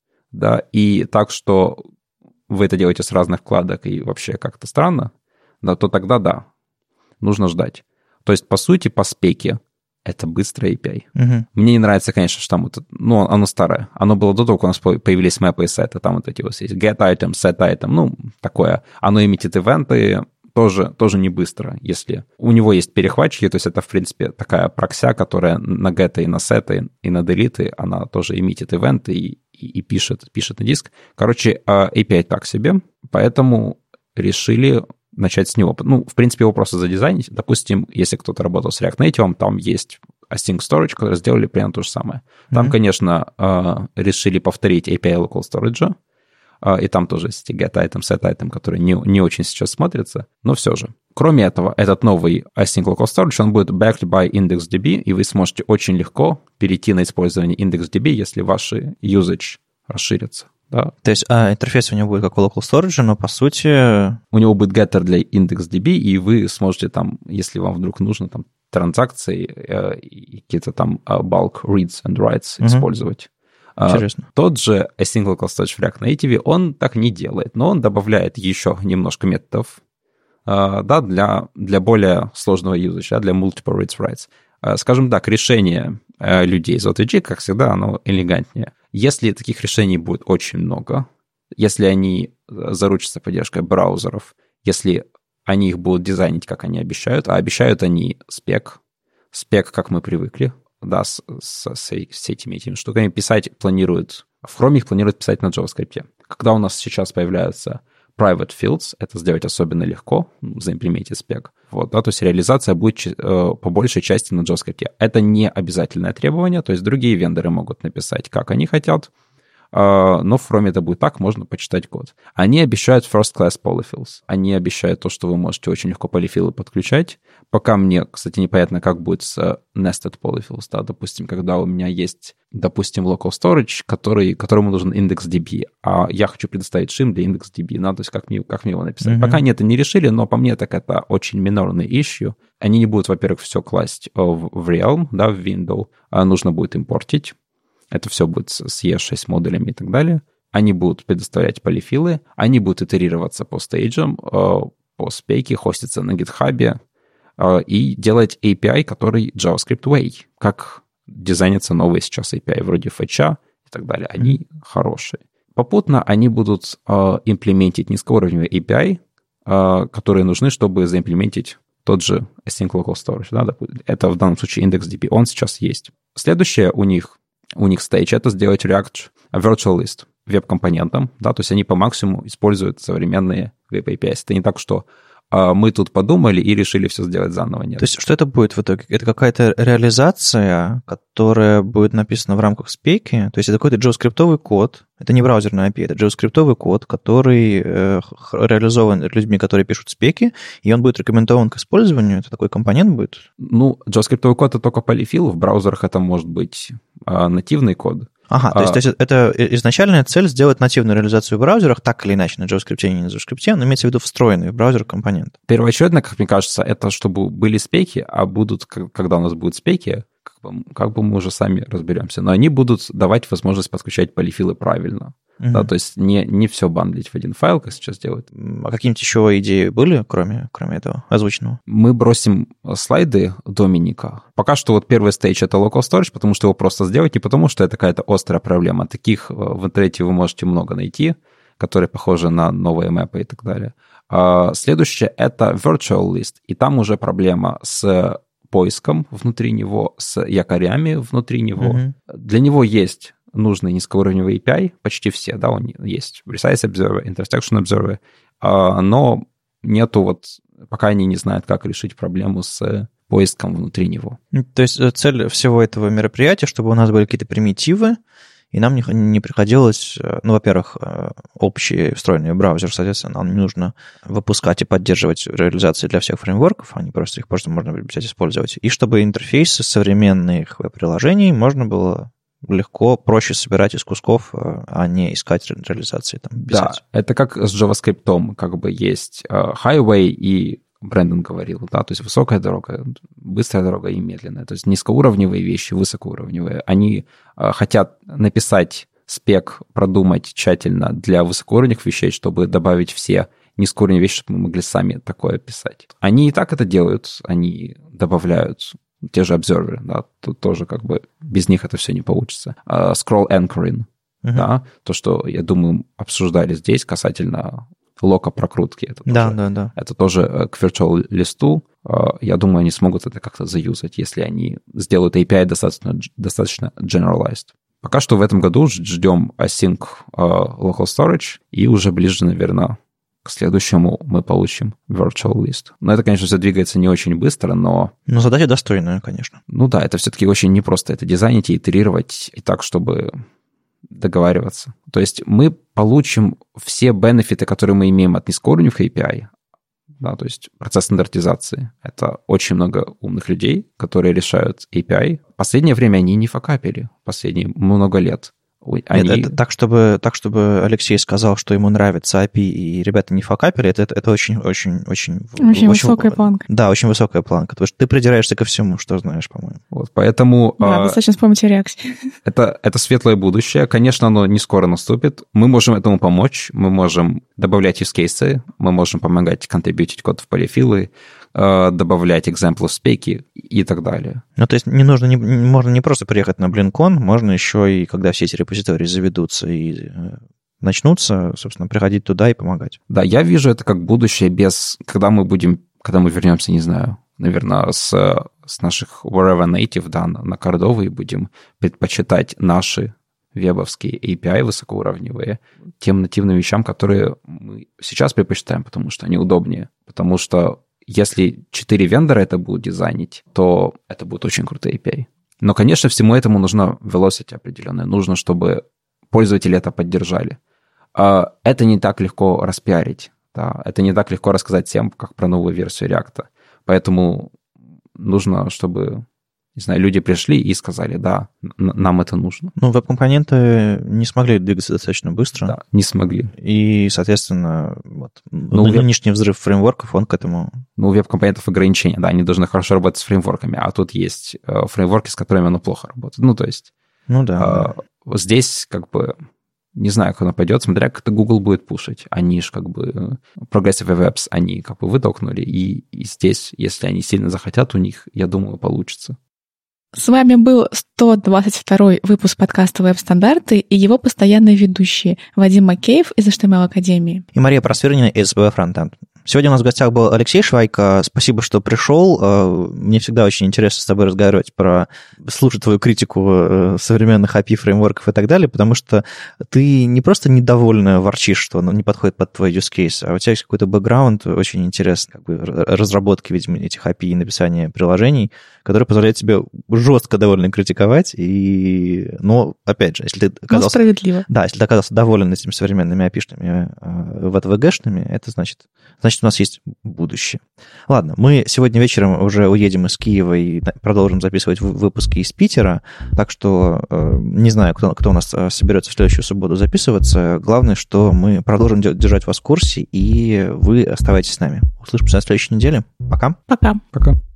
да, и так, что вы это делаете с разных вкладок и вообще как-то странно, да, то тогда да, нужно ждать. То есть, по сути, по спеке это быстрый эй пи ай. Угу. Мне не нравится, конечно, что там вот, ну, оно старое. Оно было до того, как у нас появились мэпы и сеты. Там вот эти вот есть get item, set item, ну, такое. Оно имитит ивенты, тоже, тоже не быстро, если у него есть перехватчики, то есть это, в принципе, такая прокся, которая на get и на set и на delete, она тоже имитит ивенты и, и, и пишет, пишет на диск. Короче, эй пи ай так себе, поэтому решили начать с него. Ну, в принципе, его просто задизайнить. Допустим, если кто-то работал с React Native, там есть async storage, которые сделали примерно то же самое. Там, mm-hmm. конечно, решили повторить эй пи ай local storage, и там тоже есть get item, set item, которые не, не очень сейчас смотрятся, но все же. Кроме этого, этот новый async local storage, он будет backed by IndexedDB, и вы сможете очень легко перейти на использование IndexedDB, если ваши usage расширятся. Да. То есть а, интерфейс у него будет как у local storage, но по сути... У него будет getter для IndexedDB, и вы сможете там, если вам вдруг нужно, там, транзакции, э, какие-то там bulk reads and writes uh-huh. использовать. Интересно. А, тот же async local storage в React Native, он так не делает, но он добавляет еще немножко методов, а, да, для, для более сложного usage, да, для multiple reads writes. А, скажем так, решение а, людей из о ти джи, как всегда, оно элегантнее. Если таких решений будет очень много, если они заручатся поддержкой браузеров, если они их будут дизайнить, как они обещают, а обещают они спек, спек, как мы привыкли, да, с, с, с этими, этими штуками, писать планируют, в Chrome их планируют писать на JavaScript. Когда у нас сейчас появляются private fields, это сделать особенно легко, заимплементить спек. Вот, да, то есть реализация будет э, по большей части на JavaScript. Это не обязательное требование, то есть другие вендоры могут написать, как они хотят, э, но в Chrome это будет так, можно почитать код. Они обещают first-class polyfills. Они обещают то, что вы можете очень легко полифилы подключать. Пока мне, кстати, непонятно, как будет с nested polyfills, да, допустим, когда у меня есть, допустим, local storage, который, которому нужен IndexedDB, а я хочу предоставить shim для IndexedDB, да, то есть как мне, как мне его написать. Mm-hmm. Пока они это не решили, но по мне так это очень минорный issue. Они не будут, во-первых, все класть в, в Realm, да, в Windows, а нужно будет импортить. Это все будет с и эс шесть модулями и так далее. Они будут предоставлять полифилы, они будут итерироваться по стейджам, по спеке, хоститься на GitHub, и делать эй пи ай, который JavaScript Way, как дизайнятся новые сейчас эй пи ай, вроде фетча и так далее. Они mm-hmm. хорошие. Попутно они будут э, имплементить низкоуровневые эй пи ай, э, которые нужны, чтобы заимплементить тот же async local storage. Да? Это в данном случае IndexedDB. Он сейчас есть. Следующее у них, у них stage — это сделать React Virtual List веб-компонентом. Да? То есть они по максимуму используют современные веб-эй пи ай. Это не так, что мы тут подумали и решили все сделать заново. Нет. То есть что это будет в итоге? Это какая-то реализация, которая будет написана в рамках спеки? То есть это какой-то JavaScript-овый код, это не браузерный эй пи ай, это JavaScript-овый код, который э, реализован людьми, которые пишут спеки, и он будет рекомендован к использованию? Это такой компонент будет? Ну, JavaScript-овый код — это только полифил, в браузерах это может быть э, нативный код. Ага, то есть, а, то есть это изначальная цель сделать нативную реализацию в браузерах, так или иначе, на JavaScript и не на JavaScript, но имеется в виду встроенный в браузер компонент. Первоочередно, как мне кажется, это чтобы были спеки, а будут, когда у нас будут спеки, как бы, как бы мы уже сами разберемся, но они будут давать возможность подключать полифилы правильно. Uh-huh. Да, то есть не, не все бандлить в один файл, как сейчас делают. А какие-нибудь еще идеи были, кроме, кроме этого озвученного? Мы бросим слайды Доминика. Пока что вот первый стейдж — это local storage, потому что его просто сделать, не потому что это какая-то острая проблема. Таких в интернете вы можете много найти, которые похожи на новые мэпы и так далее. А следующее — это virtual list, и там уже проблема с поиском внутри него, с якорями внутри него. Uh-huh. Для него есть нужный низкоуровневый эй пи ай, почти все, да, он есть. Resize Observer, Intersection Observer, но нету вот, пока они не знают, как решить проблему с поиском внутри него. То есть цель всего этого мероприятия, чтобы у нас были какие-то примитивы, и нам не, не приходилось, ну, во-первых, общий встроенный браузер, соответственно, нам не нужно выпускать и поддерживать реализации для всех фреймворков, они просто их просто можно взять использовать. И чтобы интерфейсы современных веб-приложений можно было легко, проще собирать из кусков, а не искать реализации. Там, да, это как с JavaScript, как бы есть highway и Брэндон говорил, да, то есть высокая дорога, быстрая дорога и медленная. То есть низкоуровневые вещи, высокоуровневые. Они хотят написать спек, продумать тщательно для высокоуровневых вещей, чтобы добавить все низкоуровневые вещи, чтобы мы могли сами такое писать. Они и так это делают, они добавляют те же обзерверы, да, тут тоже как бы без них это все не получится. Uh, scroll anchoring, uh-huh. да, то, что, я думаю, обсуждали здесь касательно лока прокрутки. Это да, тоже, да, да. Это тоже к virtual листу. Я думаю, они смогут это как-то заюзать, если они сделают эй пи ай достаточно, достаточно generalized. Пока что в этом году ждем async local storage, и уже ближе, наверное, к следующему мы получим virtual list. Но это, конечно, все двигается не очень быстро, но... Но задача достойная, конечно. Ну да, это все-таки очень непросто это дизайнить и итерировать, и так, чтобы договариваться. То есть мы получим все бенефиты, которые мы имеем от низкоуровневых эй пи ай, да, то есть процесс стандартизации. Это очень много умных людей, которые решают эй пи ай. В последнее время они не факапили, последние много лет. Они... Нет, это так, чтобы, так, чтобы Алексей сказал, что ему нравится эй пи ай, и ребята не факапили, это, это, это очень, очень, очень... Очень высокая планка. Да, очень высокая планка, потому что ты придираешься ко всему, что знаешь, по-моему. Вот, поэтому... Да, а, достаточно вспомнить реакции. Это, это светлое будущее. Конечно, оно не скоро наступит. Мы можем этому помочь, мы можем добавлять use cases, мы можем помогать контрибьютить код в полифилы, добавлять экземплы в спеки и так далее. Ну, то есть не нужно, не, можно не просто приехать на Блинкон, можно еще и, когда все эти репозитории заведутся и начнутся, собственно, приходить туда и помогать. Да, я вижу это как будущее без... Когда мы будем... Когда мы вернемся, не знаю, наверное, с, с наших wherever native, да, на, на кордовые будем предпочитать наши вебовские эй пи ай высокоуровневые тем нативным вещам, которые мы сейчас предпочитаем, потому что они удобнее, потому что если четыре вендора это будут дизайнить, то это будет очень крутой эй пи ай. Но, конечно, всему этому нужна velocity определенная. Нужно, чтобы пользователи это поддержали. Это не так легко распиарить. Да? Это не так легко рассказать всем, как про новую версию React. Поэтому нужно, чтобы... Не знаю, люди пришли и сказали, да, нам это нужно. Ну, веб-компоненты не смогли двигаться достаточно быстро. Да, не смогли. И, соответственно, вот, ну, нынешний веб... взрыв фреймворков, он к этому... Ну, у веб-компонентов ограничения, да, они должны хорошо работать с фреймворками, а тут есть э, фреймворки, с которыми оно плохо работает. Ну, то есть... Ну, да. Э, да. Здесь, как бы, не знаю, как оно пойдет, смотря как это Google будет пушить. Они же, как бы, Progressive Webs, они, как бы, вытолкнули, и, и здесь, если они сильно захотят, у них, я думаю, получится. С вами был сто двадцать второй выпуск подкаста «Веб-стандарты» и его постоянные ведущие Вадим Макеев из эйч ти эм эл Академии и Мария Просвирнина из эс би ви Frontend. Сегодня у нас в гостях был Алексей Швайка. Спасибо, что пришел. Мне всегда очень интересно с тобой разговаривать про... слушать твою критику современных эй пи ай, фреймворков и так далее, потому что ты не просто недовольно ворчишь, что оно не подходит под твой use case, а у тебя есть какой-то бэкграунд очень интересный, как бы разработки, видимо, этих эй пи ай и написания приложений, который позволяет тебе жестко довольно критиковать. И... Но, опять же, если ты оказался... Ну, справедливо. Да, если ты оказался доволен этими современными эй пи ай-шными ви ти ви-шными, это значит... Значит, у нас есть будущее. Ладно, мы сегодня вечером уже уедем из Киева и продолжим записывать выпуски из Питера, так что э, не знаю, кто, кто у нас соберется в следующую субботу записываться. Главное, что мы продолжим держать вас в курсе, и вы оставайтесь с нами. Услышимся на следующей неделе. Пока. Пока. Пока.